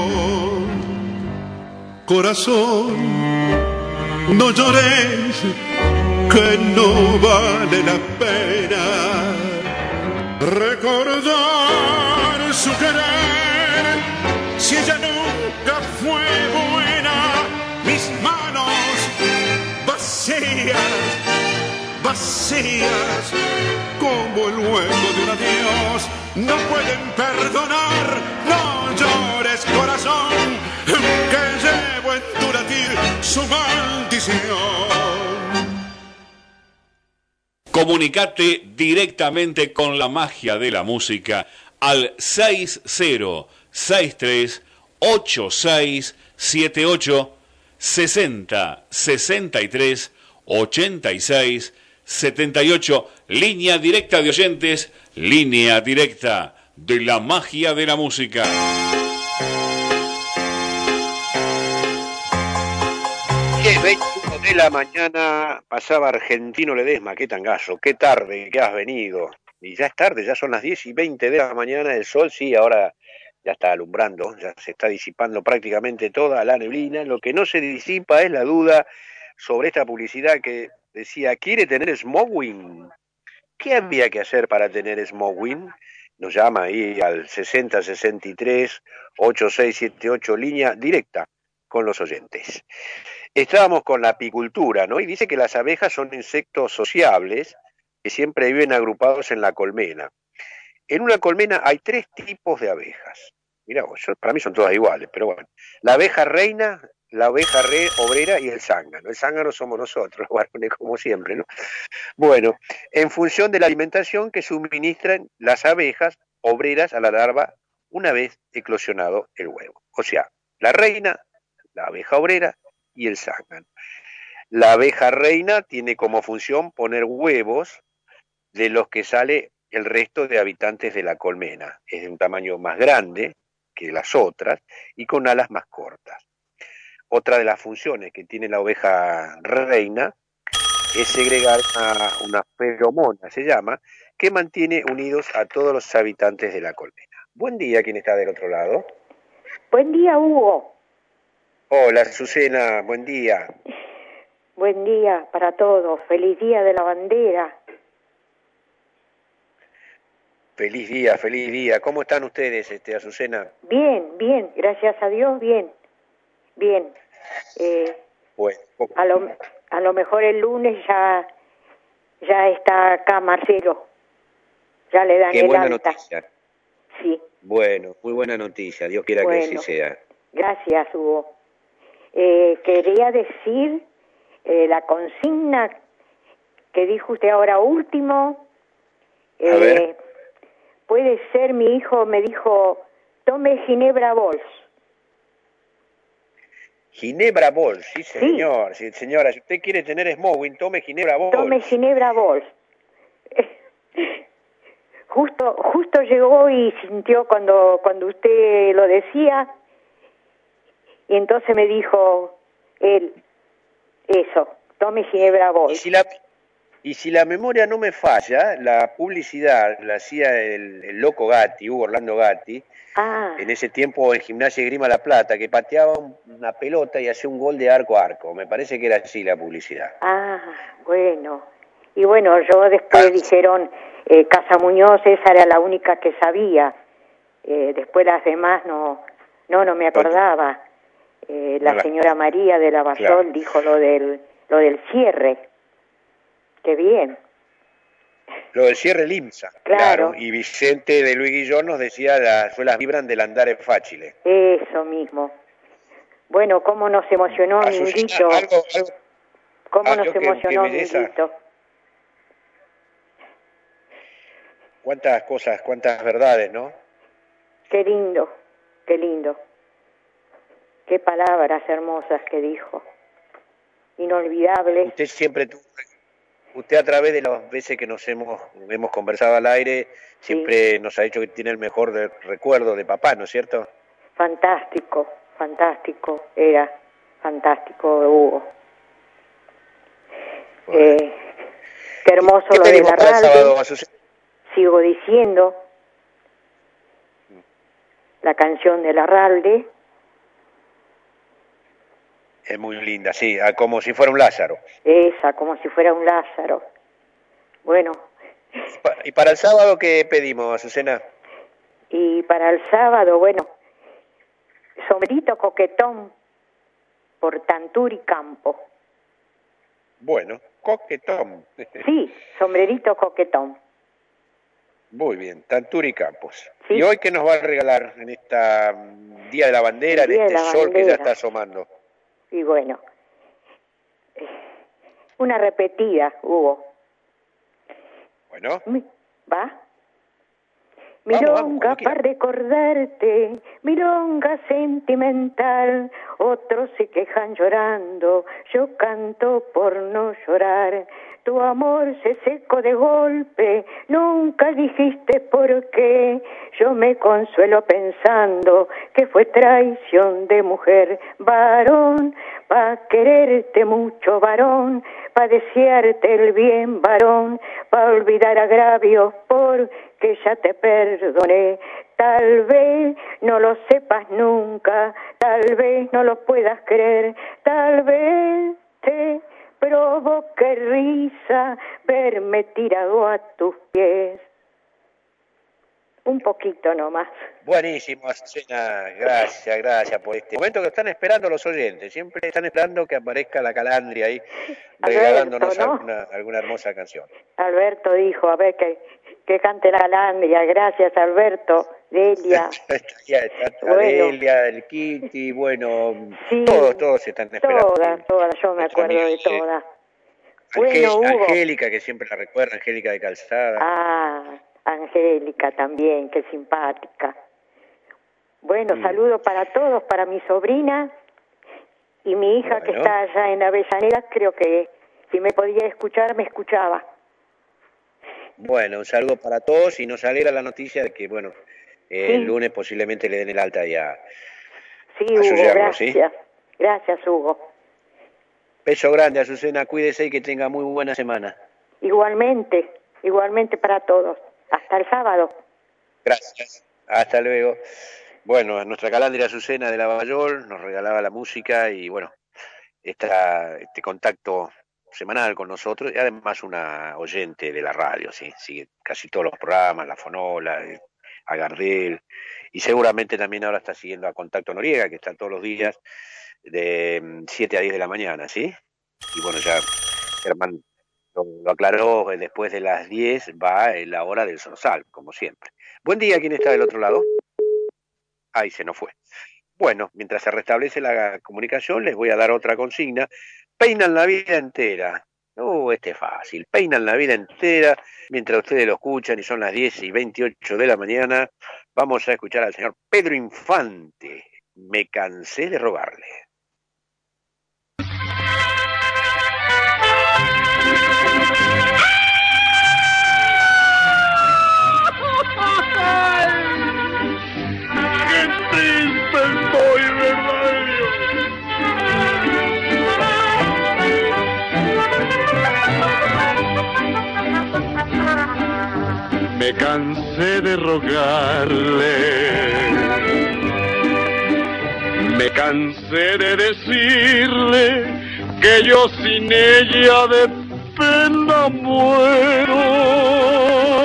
Corazón, no llores, que no vale la pena recordar su querer, si ella nunca fue buena. Mis manos vacías, vacías como el hueco de un adiós, no pueden perdonar. No llores, corazón, que llevo en tu latir su maldición. Comunicate directamente con la magia de la música al 60638678 60 63 86 78, línea directa de oyentes, línea directa de la magia de la música. 10:21 de la mañana pasaba Argentino Ledesma. Qué tangazo, qué tarde que has venido. Y ya es tarde, ya son las 10:20 de la mañana. El sol sí, ahora ya está alumbrando, ya se está disipando prácticamente toda la neblina. Lo que no se disipa es la duda sobre esta publicidad que decía, ¿quiere tener Smowin? ¿Qué había que hacer para tener Smowin? Nos llama ahí al 6063-8678, línea directa con los oyentes. Estábamos con la apicultura, ¿no? Y dice que las abejas son insectos sociables que siempre viven agrupados en la colmena. En una colmena hay 3 tipos de abejas. Mirá vos, para mí son todas iguales, pero bueno. La abeja reina, la abeja obrera y el zángano. El zángano somos nosotros, los varones, como siempre, ¿no? Bueno, en función de la alimentación que suministran las abejas obreras a la larva una vez eclosionado el huevo. O sea, la reina, la abeja obrera y el zángano. La abeja reina tiene como función poner huevos de los que sale el resto de habitantes de la colmena. Es de un tamaño más grande que las otras y con alas más cortas. Otra de las funciones que tiene la oveja reina es segregar una feromona, se llama, que mantiene unidos a todos los habitantes de la colmena. Buen día, ¿quién está del otro lado? Buen día, Hugo. Hola, Azucena, buen día. Buen día para todos. Feliz Día de la Bandera. Feliz día, feliz día. ¿Cómo están ustedes, Azucena? Bien, bien, gracias a Dios, bien. Bien. Bueno. A lo mejor el lunes ya está acá Marcelo. Ya le dan Qué el buena alta. noticia. Sí. Bueno, muy buena noticia. Dios quiera que así sea. Gracias, Hugo. Quería decir la consigna que dijo usted ahora último. A ver. Puede ser, mi hijo me dijo, tome Ginebra Bols. Ginebra Bols, sí señor. Sí, señora, si usted quiere tener smoking, tome Ginebra Bols. Tome Ginebra Bols. Justo llegó y sintió cuando usted lo decía, y entonces me dijo él, eso, tome Ginebra Bols. Y si la memoria no me falla, la publicidad la hacía el loco Gatti, Hugo Orlando Gatti, en ese tiempo en Gimnasia y Grima La Plata, que pateaba una pelota y hacía un gol de arco a arco. Me parece que era así la publicidad. Bueno. Y bueno, yo después dijeron, Casa Muñoz, esa era la única que sabía. Después las demás no me acordaba. La señora María de la Basol dijo lo del cierre. Qué bien. Lo del cierre Limsa. Claro. Y Vicente de Luis Guillón nos decía las suelas vibran del andare fácil. Eso mismo. Bueno, cómo nos emocionó Minguito. Cómo nos emocionó Minguito. Cuántas cosas, cuántas verdades, ¿no? Qué lindo, qué lindo. Qué palabras hermosas que dijo. Inolvidables. Usted a través de las veces que nos hemos conversado al aire, siempre nos ha dicho que tiene el mejor recuerdo de papá, ¿no es cierto? Fantástico, era fantástico, Hugo. Bueno. Qué hermoso lo de Larralde. Sigo diciendo la canción de Larralde. Es muy linda, sí, como si fuera un Lázaro. Esa, como si fuera un Lázaro. Bueno. ¿Y para el sábado qué pedimos, Azucena? Y para el sábado, bueno, sombrerito coquetón por Tanturi Campo. Bueno, coquetón. Sí, sombrerito coquetón. Muy bien, Tanturi Campos. Sí. ¿Y hoy qué nos va a regalar en esta Día de la Bandera, en este sol que ya está asomando? Y bueno, una repetida, Hugo. Bueno. ¿Va? Milonga para recordarte, milonga sentimental, otros se quejan llorando, yo canto por no llorar. Tu amor se secó de golpe, nunca dijiste por qué. Yo me consuelo pensando que fue traición de mujer. Varón, pa' quererte mucho, varón, pa' desearte el bien, varón, pa' olvidar agravios porque ya te perdoné. Tal vez no lo sepas nunca, tal vez no lo puedas creer, tal vez te provoque risa verme tirado a tus pies. un poquito nomás. Buenísimo, Azucena, gracias por este momento que están esperando los oyentes. Siempre están esperando que aparezca la Calandria ahí, regalándonos alguna hermosa canción. Alberto dijo, a ver, que cante la Calandria. Gracias, Alberto. Delia. Delia, el Kitty, bueno, sí, todos están esperando. Todas, yo me acuerdo de todas. Angélica, que siempre la recuerda, Angélica de Calzada. Ah, Angélica también, qué simpática. Bueno, saludo para todos, para mi sobrina y mi hija que está allá en Avellaneda, creo que si me podía escuchar, me escuchaba. Bueno, un saludo para todos y nos alegra la noticia de que, bueno, el lunes posiblemente le den el alta ya a Hugo, su yerno, gracias. ¿sí? Gracias, Hugo. Beso grande, Azucena, cuídese y que tenga muy buena semana. Igualmente para todos. Hasta el sábado. Gracias, hasta luego. Bueno, nuestra Calandria Azucena de Lavallol nos regalaba la música y bueno, este contacto semanal con nosotros y además una oyente de la radio, ¿sí? Sigue casi todos los programas, La Fonola, a Gardel, y seguramente también ahora está siguiendo a Contacto Noriega, que está todos los días de 7 a 10 de la mañana, ¿sí? Y bueno, ya Germán lo aclaró, después de las 10 va en la hora del Zorzal, como siempre. Buen día, ¿quién está del otro lado? Ay, se nos fue. Bueno, mientras se restablece la comunicación, les voy a dar otra consigna. Peinan la vida entera. Este es fácil. Peinan la vida entera mientras ustedes lo escuchan y son las 10:28 de la mañana. Vamos a escuchar al señor Pedro Infante. Me cansé de rogarle. ¡Qué triste estoy, verdad! Me cansé de rogarle, me cansé de decirle que yo sin ella de pena muero.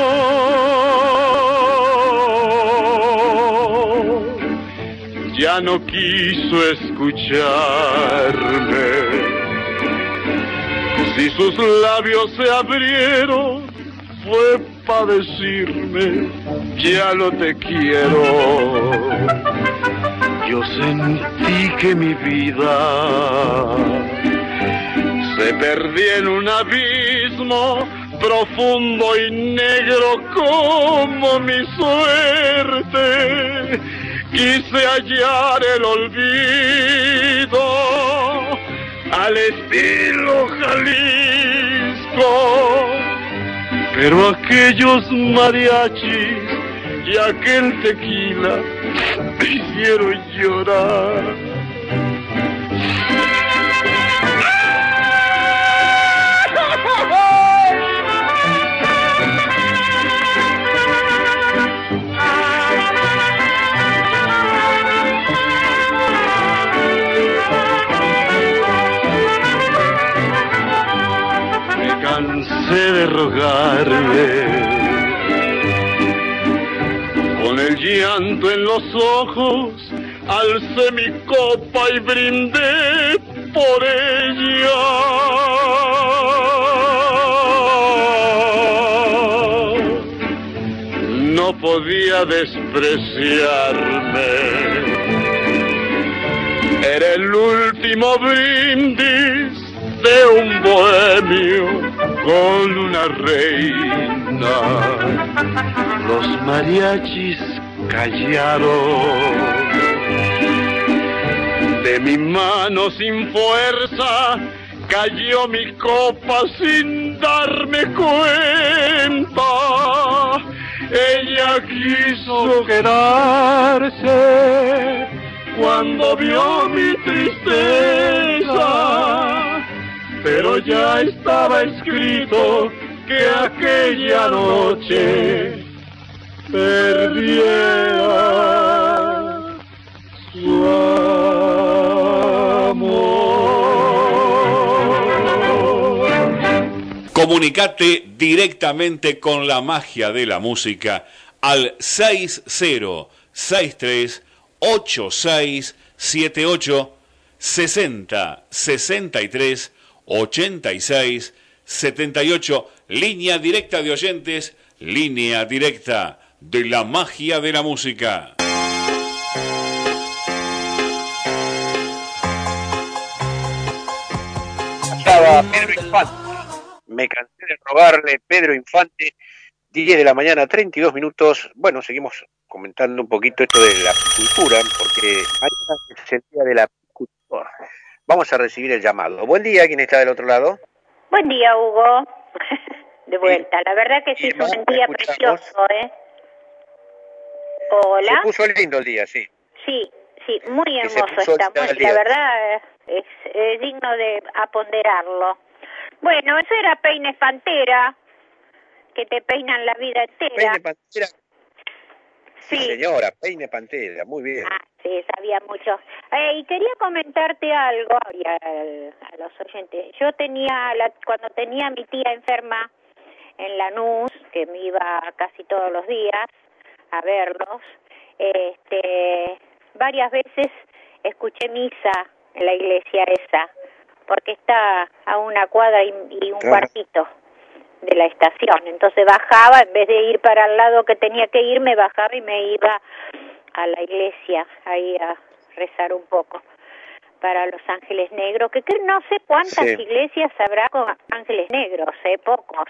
Ya no quiso escucharme. Si sus labios se abrieron, fue para decirme, ya no te quiero. Yo sentí que mi vida se perdía en un abismo profundo y negro como mi suerte. Quise hallar el olvido al estilo Jalisco, pero aquellos mariachis y aquel tequila me hicieron llorar. Cansé de rogarle, con el llanto en los ojos, alcé mi copa y brindé por ella. No podía despreciarme, era el último brindis de un bohemio con una reina. Los mariachis callaron, de mi mano sin fuerza cayó mi copa sin darme cuenta. Ella quiso quedarse cuando vio mi tristeza, pero ya estaba escrito que aquella noche perdiera su amor. Comunicate directamente con la magia de la música al 60638678 60 63 86 78, línea directa de oyentes, línea directa de la magia de la música. Estaba Pedro Infante. Me cansé de rogarle, Pedro Infante, 10 de la mañana, 32 minutos. Bueno, seguimos comentando un poquito esto de la apicultura, porque mañana es el día de la apicultura. Vamos a recibir el llamado. Buen día, ¿quién está del otro lado? Buen día, Hugo. De vuelta. La verdad que sí, fue un día precioso, ¿eh? Hola. Se puso lindo el día, sí. Sí, muy hermoso está. La verdad es digno de aponderarlo. Bueno, eso era peine pantera, que te peinan la vida entera. Peine pantera. Sí, señora, peine pantera, muy bien. Ah, sí, sabía mucho. Y quería comentarte algo a los oyentes. Yo cuando tenía a mi tía enferma en Lanús, que me iba casi todos los días a verlos, varias veces escuché misa en la iglesia esa, porque está a una cuadra y un cuartito de la estación. Entonces bajaba, en vez de ir para el lado que tenía que ir, me bajaba y me iba a la iglesia ahí a rezar un poco para los ángeles negros, que no sé cuántas iglesias habrá con ángeles negros, pocos.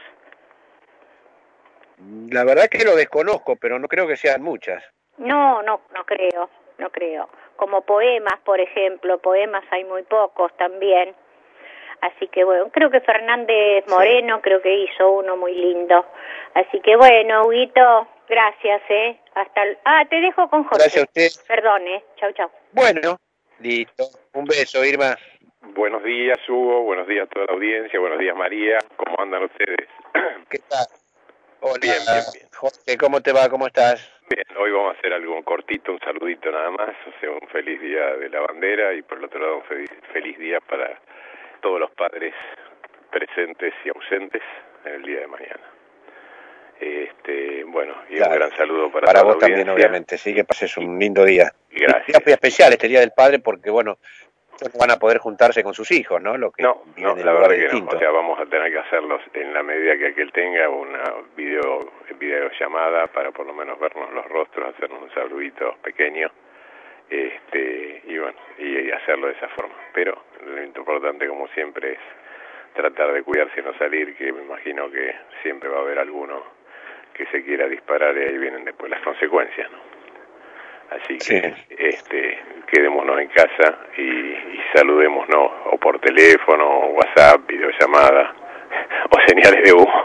La verdad que lo desconozco, pero no creo que sean muchas. No creo. Como poemas, por ejemplo, poemas hay muy pocos también. Así que bueno, creo que Fernández Moreno creo que hizo uno muy lindo. Así que bueno, Huguito, gracias, te dejo con Jorge. Gracias a usted. Perdón, chau. Bueno, listo. Un beso, Irma. Buenos días, Hugo. Buenos días a toda la audiencia. Buenos días, María. ¿Cómo andan ustedes? ¿Qué tal? Hola. Bien. Jorge, ¿cómo te va? ¿Cómo estás? Bien, hoy vamos a hacer algo cortito, un saludito nada más. O sea, un feliz día de la bandera y por el otro lado un feliz día para todos los padres presentes y ausentes en el día de mañana. Bueno, y un gran saludo para toda vos la también, audiencia. obviamente, sí, que pases un lindo día. Gracias. Un día muy especial este Día del Padre porque, bueno, no van a poder juntarse con sus hijos, ¿no? No, la verdad que no. O sea, vamos a tener que hacerlos en la medida que aquel tenga una videollamada para por lo menos vernos los rostros, hacernos un saludito pequeño. Y bueno, y hacerlo de esa forma. Pero lo importante, como siempre, es tratar de cuidarse y no salir, que me imagino que siempre va a haber alguno que se quiera disparar y ahí vienen después las consecuencias, ¿no? Así que quedémonos en casa y saludémonos o por teléfono, o WhatsApp, videollamada o señales de humo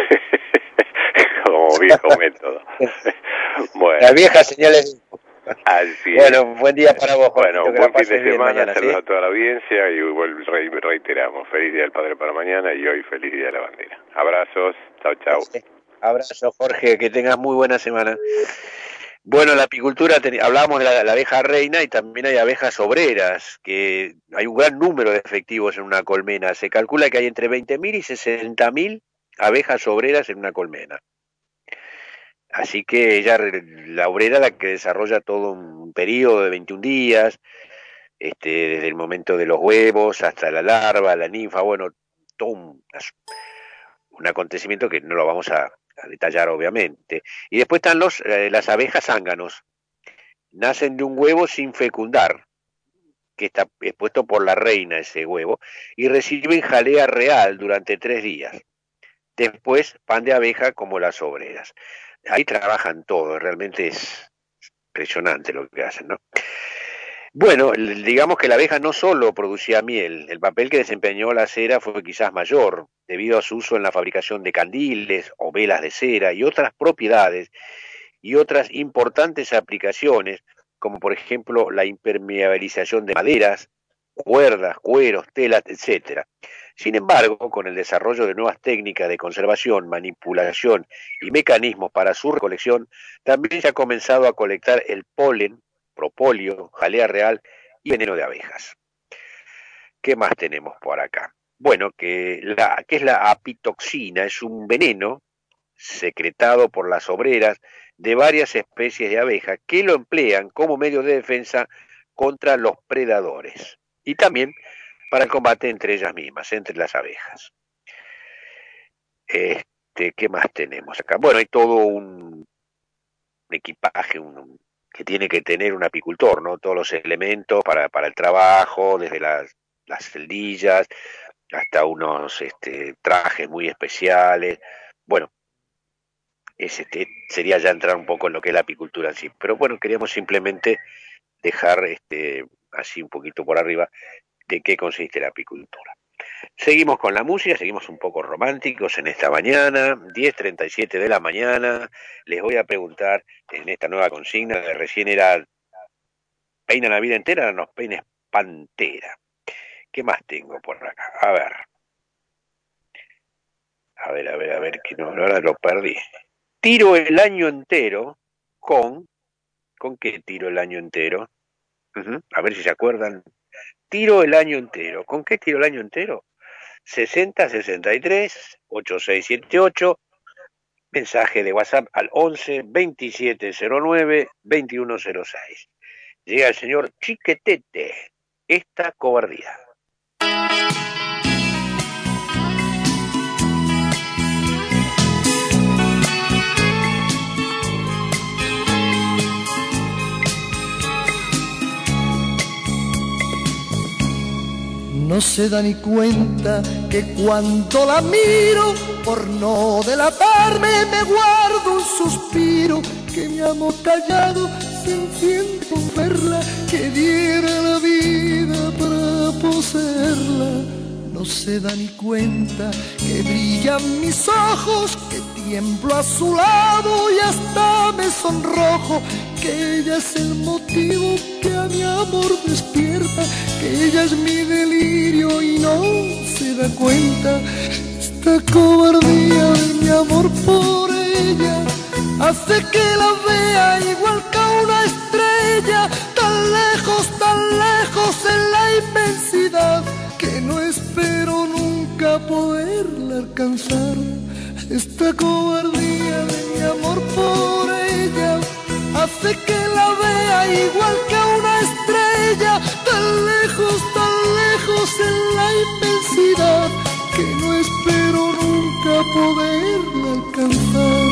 como viejo método. Bueno. Las viejas señales de humo. Así bueno, buen día para vos, Jorge. Bueno, buen fin de semana, saludos a toda la audiencia y reiteramos, feliz día del padre para mañana y hoy feliz día de la bandera. Abrazos, chau. Abrazo, Jorge, que tengas muy buena semana. Bueno, la apicultura, hablábamos de la abeja reina y también hay abejas obreras, que hay un gran número de efectivos en una colmena. Se calcula que hay entre 20.000 y 60.000 abejas obreras en una colmena. Así que ella, la obrera, la que desarrolla todo un periodo de 21 días, desde el momento de los huevos hasta la larva, la ninfa, bueno, todo un acontecimiento que no lo vamos a detallar obviamente. Y después están las abejas zánganos. Nacen de un huevo sin fecundar, que está expuesto por la reina ese huevo, y reciben jalea real durante 3 días. Después pan de abeja como las obreras. Ahí trabajan todos, realmente es impresionante lo que hacen, ¿no? Bueno, digamos que la abeja no solo producía miel, el papel que desempeñó la cera fue quizás mayor, debido a su uso en la fabricación de candiles o velas de cera y otras propiedades y otras importantes aplicaciones, como por ejemplo la impermeabilización de maderas, cuerdas, cueros, telas, etcétera. Sin embargo, con el desarrollo de nuevas técnicas de conservación, manipulación y mecanismos para su recolección, también se ha comenzado a colectar el polen, propóleo, jalea real y veneno de abejas. ¿Qué más tenemos por acá? Bueno, ¿qué es la apitoxina? Es un veneno secretado por las obreras de varias especies de abejas que lo emplean como medio de defensa contra los predadores y también para el combate entre ellas mismas, entre las abejas. ¿Qué más tenemos acá? Bueno, hay todo un equipaje que tiene que tener un apicultor, ¿no? Todos los elementos para el trabajo, desde las celdillas hasta unos trajes muy especiales. Bueno, sería ya entrar un poco en lo que es la apicultura en sí. Pero bueno, queríamos simplemente dejar así un poquito por arriba de qué consiste la apicultura. Seguimos con la música, seguimos un poco románticos en esta mañana, 10:37 de la mañana. Les voy a preguntar en esta nueva consigna, de recién era peina la vida entera, ahora nos peines pantera. ¿Qué más tengo por acá? A ver, que no, ahora lo perdí. Tiro el año entero ¿con qué tiro el año entero? A ver si se acuerdan. Tiro el año entero. ¿Con qué tiro el año entero? 6063-8678. Mensaje de WhatsApp al 11-2709-2106. Llega el señor Chiquetete. Esta cobardía. No se da ni cuenta que cuando la miro, por no delatarme, me guardo un suspiro, que mi amor callado se enciende con verla, que diera la vida para poseerla. No se da ni cuenta que brillan mis ojos, que tiemblo a su lado y hasta me sonrojo, que ella es el motivo que a mi amor despierta, que ella es mi delirio y no se da cuenta. Esta cobardía de mi amor por ella hace que la vea igual que a una estrella, tan lejos en la inmensidad, que no espero nunca poderla alcanzar. Esta cobardía de mi amor por ella hace que la vea igual que a una estrella, tan lejos en la inmensidad, que no espero nunca poderla alcanzar.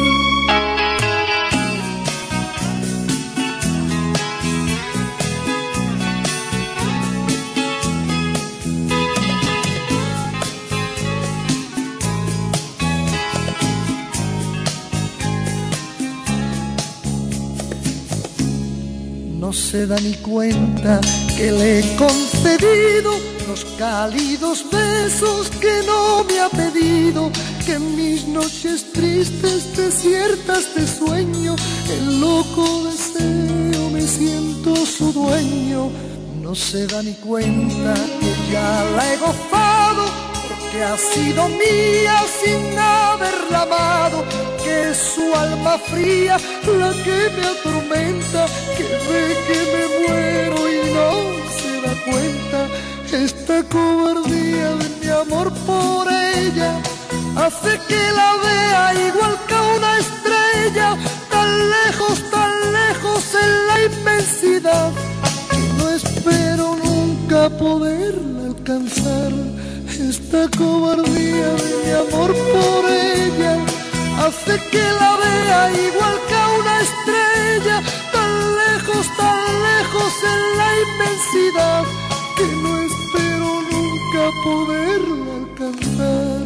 No se da ni cuenta que le he concedido los cálidos besos que no me ha pedido, que en mis noches tristes, desiertas de sueño, en loco deseo me siento su dueño. No se da ni cuenta que ya la he gozado, porque ha sido mía sin haberla amado, que es su alma fría la que me atormenta, que ve que me muero y no se da cuenta. Esta cobardía de mi amor por ella hace que la vea igual que a una estrella, tan lejos en la inmensidad, que no espero nunca poderla alcanzar. Esta cobardía de mi amor por ella hace que la vea igual que a una estrella, tan lejos en la inmensidad, que no espero nunca poderla alcanzar.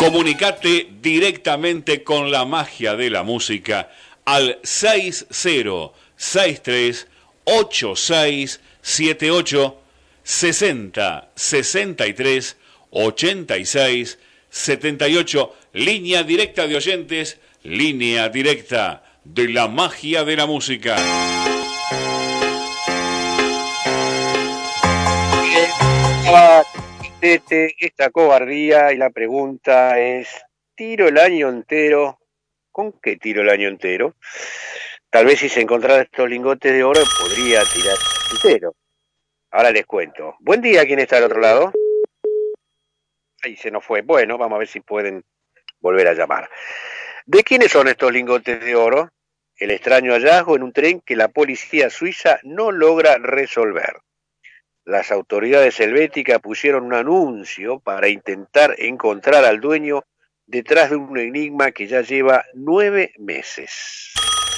Comunicate directamente con la magia de la música al 60638678 60 63 86 78, línea directa de oyentes, línea directa de la magia de la música. Esta cobardía, y la pregunta es, ¿tiro el año entero? ¿Con qué tiro el año entero? Tal vez si se encontrara estos lingotes de oro podría tirar entero. Ahora les cuento. Buen día, ¿quién está al otro lado? Ahí se nos fue. Bueno, vamos a ver si pueden volver a llamar. ¿De quiénes son estos lingotes de oro? El extraño hallazgo en un tren que la policía suiza no logra resolver. Las autoridades helvéticas pusieron un anuncio para intentar encontrar al dueño detrás de un enigma que ya lleva 9 meses.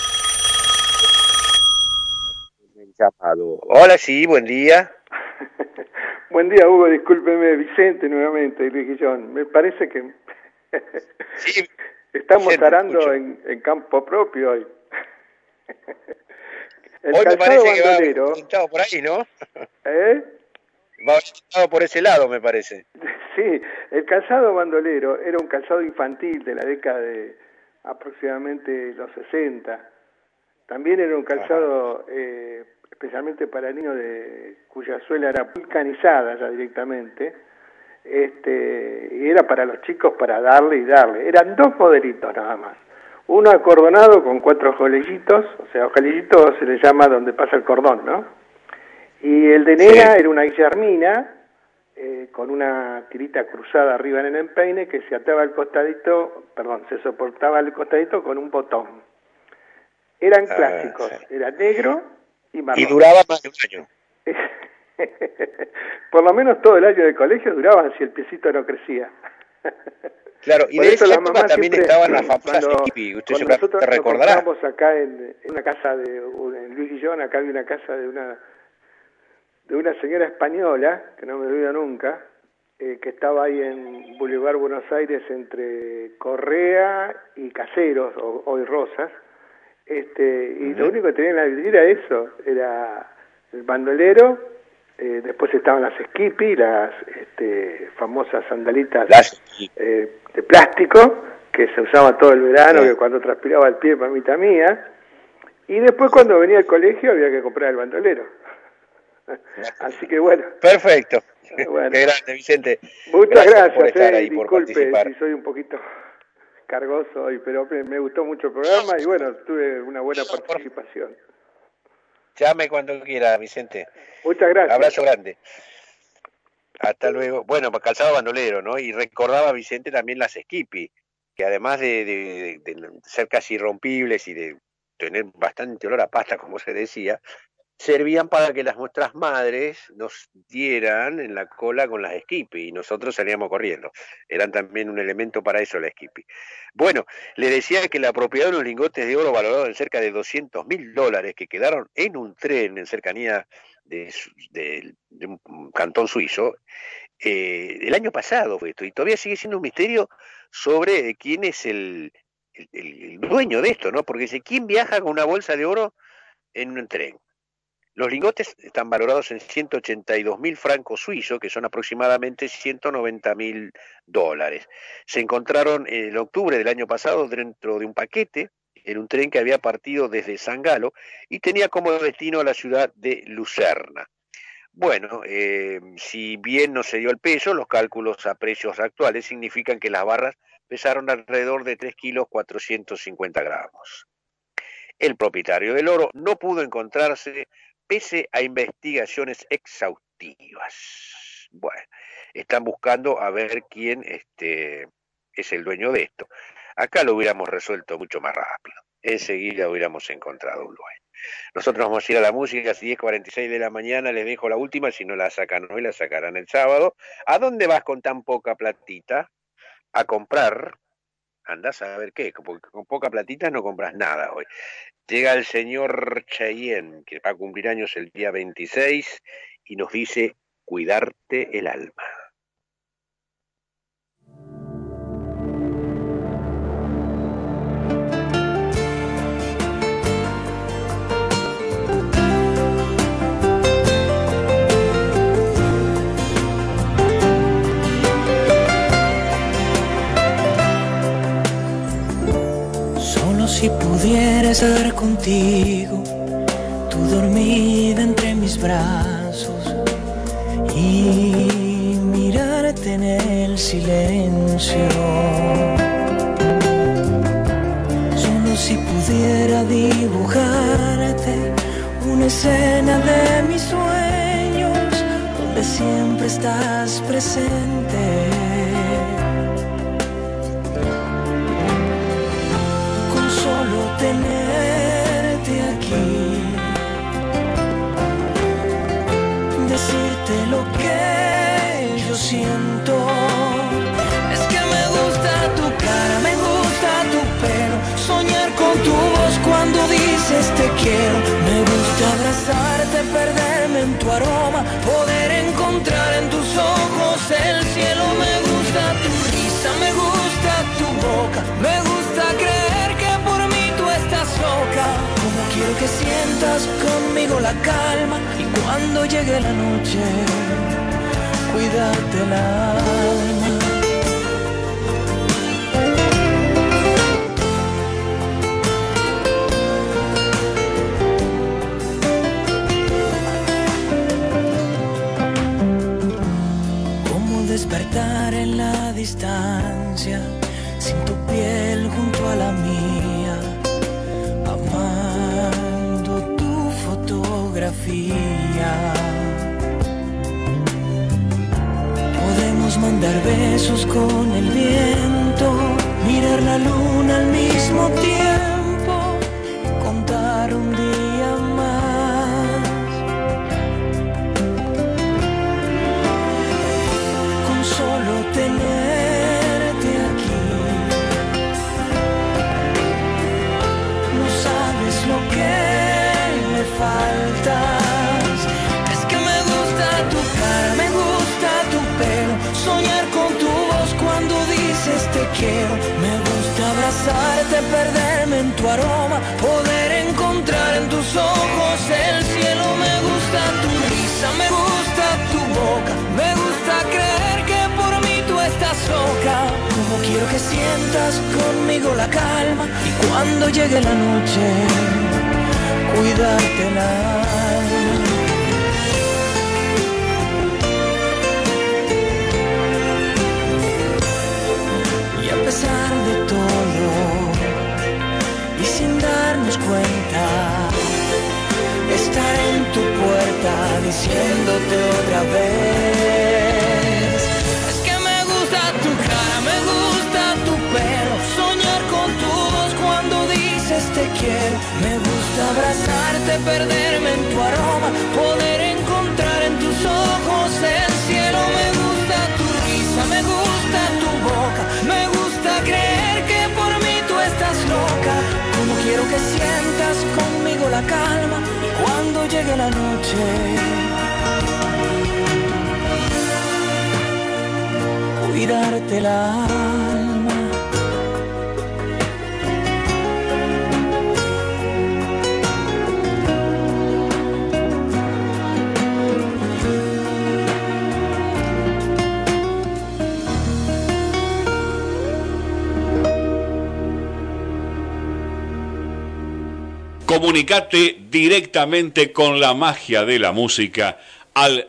Hola, sí, buen día. Buen día, Hugo, discúlpeme, Vicente nuevamente, Luis Guillón. Me parece que sí, estamos Vicente, arando en campo propio hoy. El hoy me parece bandolero, que va por ahí, ¿no? ¿Eh? Va por ese lado, me parece. Sí, el calzado bandolero era un calzado infantil de la década de aproximadamente los 60. También era un calzado especialmente para niños cuya suela era vulcanizada ya directamente, y era para los chicos para darle y darle. Eran 2 modelitos nada más. Uno acordonado con 4 ojolillitos, o sea, ojolillito se le llama donde pasa el cordón, ¿no? Y el de nena era una guillermina con una tirita cruzada arriba en el empeine que se ataba al costadito, se soportaba al costadito con un botón. Eran clásicos, era negro y marrón. Y duraba más de un año. Por lo menos todo el año de colegio duraban si el piecito no crecía. Claro, y por de eso esa época también estaban las famosas hippie, usted nosotros se recordará. Nos acá en una casa en Luis Guillón, acá había una casa de una señora española, que no me olvido nunca, que estaba ahí en Boulevard Buenos Aires entre Correa y Caseros, hoy Rosas, y lo único que tenía en la vidriera era el bandolero, después estaban las Skippy, las famosas sandalitas de plástico, que se usaba todo el verano, que cuando transpiraba el pie, mamita mía, y después cuando venía al colegio había que comprar el bandolero. Así que bueno. Perfecto. Bueno. Qué grande, Vicente. Muchas gracias por estar ahí, disculpe por participar. si soy un poquito cargoso hoy, pero me gustó mucho el programa y bueno, tuve una buena participación. Llame cuando quiera, Vicente. Muchas gracias. Abrazo grande. Hasta luego. Bueno, calzado bandolero, ¿no? Y recordaba Vicente también las Skippy, que además de ser casi irrompibles y de tener bastante olor a pasta, como se decía, servían para que nuestras madres nos dieran en la cola con las Skippy y nosotros salíamos corriendo. Eran también un elemento para eso las Skippy. Bueno, le decía que la propiedad de unos lingotes de oro valorados en cerca de $200.000 que quedaron en un tren en cercanía de un cantón suizo, el año pasado fue esto, y todavía sigue siendo un misterio sobre quién es el dueño de esto, ¿no? Porque dice, ¿quién viaja con una bolsa de oro en un tren? Los lingotes están valorados en 182.000 francos suizos, que son aproximadamente $190.000. Se encontraron en octubre del año pasado dentro de un paquete en un tren que había partido desde San Galo y tenía como destino a la ciudad de Lucerna. Bueno, si bien no se dio el peso, los cálculos a precios actuales significan que las barras pesaron alrededor de 3 kilos 450 gramos. El propietario del oro no pudo encontrarse pese a investigaciones exhaustivas. Bueno, están buscando a ver quién es el dueño de esto. Acá lo hubiéramos resuelto mucho más rápido. Enseguida hubiéramos encontrado un dueño. Nosotros vamos a ir a la música, 10:46 de la mañana, les dejo la última, si no la sacan hoy, la sacarán el sábado. ¿A dónde vas con tan poca platita? A comprar. Andás a ver qué, porque con poca platita no compras nada hoy. Llega el señor Cheyenne, que va a cumplir años el día 26, y nos dice, cuidarte el alma. estar contigo, tú dormida entre mis brazos y mirarte en el silencio. Solo si pudiera dibujarte una escena de mis sueños donde siempre estás presente. Con solo tenerte aquí, decirte lo que yo siento. Es que me gusta tu cara, me gusta tu pelo, soñar con tu voz cuando dices te quiero. Me gusta abrazarte, perderme en tu aroma, poder encontrar en tus ojos el cielo. Me gusta tu risa, me gusta tu boca, me gusta creer que por mí tú estás loca. Como quiero que sientas conmigo la calma y cuando llegue la noche, cuídate el alma. Despertar en la distancia, sin tu piel junto a la mía, amando tu fotografía. Podemos mandar besos con el viento, mirar la luna al mismo tiempo, contar un día más. Solo tenerte aquí, no sabes lo que me faltas. Es que me gusta tu cara, me gusta tu pelo, soñar con tu voz cuando dices te quiero. Me gusta abrazarte, perderme en tu aroma, poder encontrar en tus ojos el cielo. Me gusta tu risa, me gusta tu boca, me gusta creer que estás loca. Como quiero que sientas conmigo la calma y cuando llegue la noche, cuidarte el alma. Y a pesar de todo y sin darnos cuenta, estar en tu puerta diciéndote otra vez. Soñar con tu voz cuando dices te quiero. Me gusta abrazarte, perderme en tu aroma, poder encontrar en tus ojos el cielo. Me gusta tu risa, me gusta tu boca, me gusta creer que por mí tú estás loca. Como quiero que sientas conmigo la calma y cuando llegue la noche, cuidarte el alma. Comunicate directamente con la magia de la música al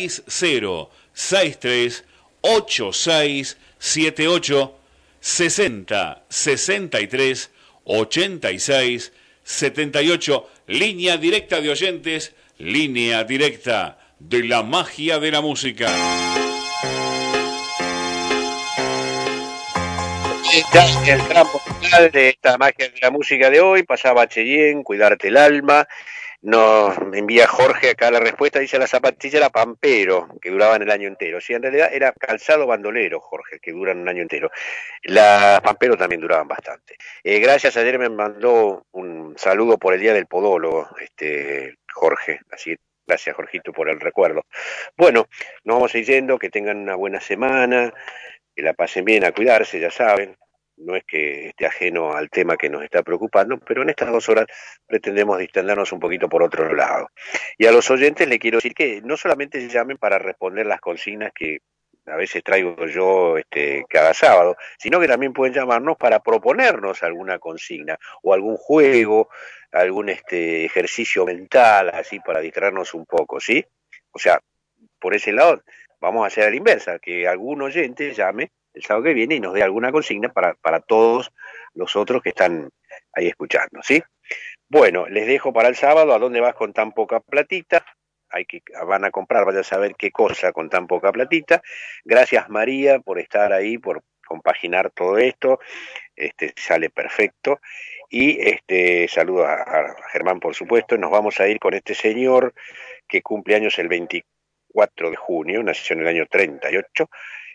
60638678 60 63 86 78, línea directa de oyentes, línea directa de la magia de la música. El tramo final de esta magia de la música de hoy pasaba Cheyenne, Cuidarte el alma. Nos envía Jorge acá la respuesta, dice la zapatilla era Pampero, que duraban el año entero. Sí, en realidad era calzado bandolero, Jorge, que duran un año entero. Las Pampero también duraban bastante. Gracias, ayer me mandó un saludo por el Día del Podólogo, Jorge, así gracias, Jorgito, por el recuerdo. Bueno, nos vamos a ir yendo, que tengan una buena semana, que la pasen bien, a cuidarse, ya saben. No es que esté ajeno al tema que nos está preocupando, pero en estas 2 horas pretendemos distendernos un poquito por otro lado. Y a los oyentes les quiero decir que no solamente llamen para responder las consignas que a veces traigo yo cada sábado, sino que también pueden llamarnos para proponernos alguna consigna o algún juego, algún ejercicio mental, así para distraernos un poco, ¿sí? O sea, por ese lado vamos a hacer a la inversa, que algún oyente llame el sábado que viene y nos dé alguna consigna para todos los otros que están ahí escuchando, ¿sí? Bueno, les dejo para el sábado. ¿A dónde vas con tan poca platita? Van a comprar, vaya a saber qué cosa con tan poca platita. Gracias, María, por estar ahí, por compaginar todo esto. Sale perfecto. Y saludo a Germán, por supuesto. Nos vamos a ir con este señor que cumple años el 24 de junio, nació en el año 38.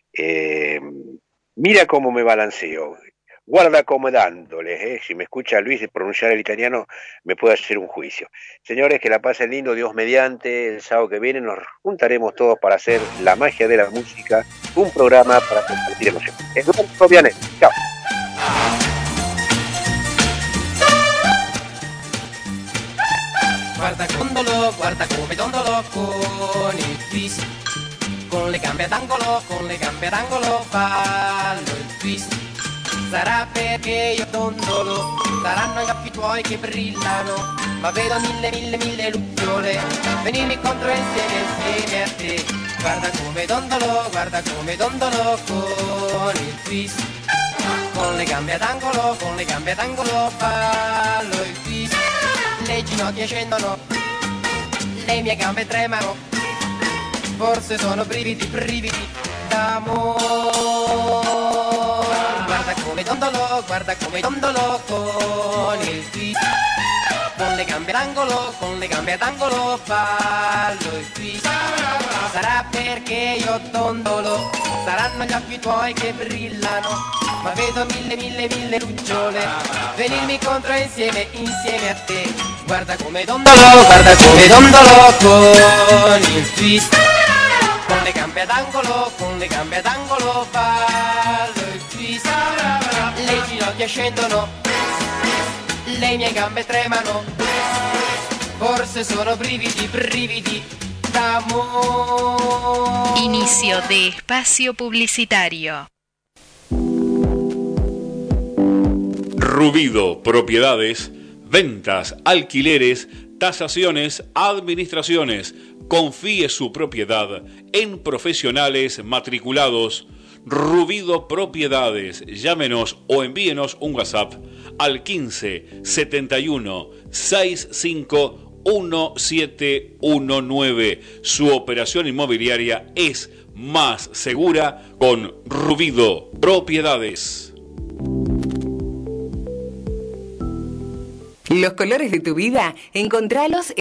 Mira cómo me balanceo. Guarda como dándoles, si me escucha Luis pronunciar el italiano me puede hacer un juicio. Señores, que la pasen lindo, Dios mediante, el sábado que viene nos juntaremos todos para hacer la magia de la música, un programa para compartir emociones. Eduardo Vianelli, chao. Guarda condolo, guarda come dondolo con il twist, con le gambe ad angolo, fallo il twist. Sarà perché io dondolo, saranno gli occhi tuoi che brillano, ma vedo mille lucciole venirmi incontro insieme a te. Guarda come dondolo con il twist, con le gambe ad angolo, fallo il twist. Le ginocchia scendono, le mie gambe tremano, forse sono brividi d'amore. Guarda come dondolo con il twist, con le gambe ad angolo, fallo il twist. Sarà perché io dondolo, saranno gli occhi tuoi che brillano, ma vedo mille lucciole venirmi incontro insieme a te. Guarda come dondolo con il twist, con le gambe ad angolo, fallo il twist. Le ginocchia scendono, le mie gambe tremano, forse sono brividi d'amore. Inicio de espacio publicitario. Rubido Propiedades, ventas, alquileres, tasaciones, administraciones. Confíe su propiedad en profesionales matriculados. Rubido Propiedades. Llámenos o envíenos un WhatsApp al 15 71 65 1719. Su operación inmobiliaria es más segura con Rubido Propiedades. Los colores de tu vida, encontralos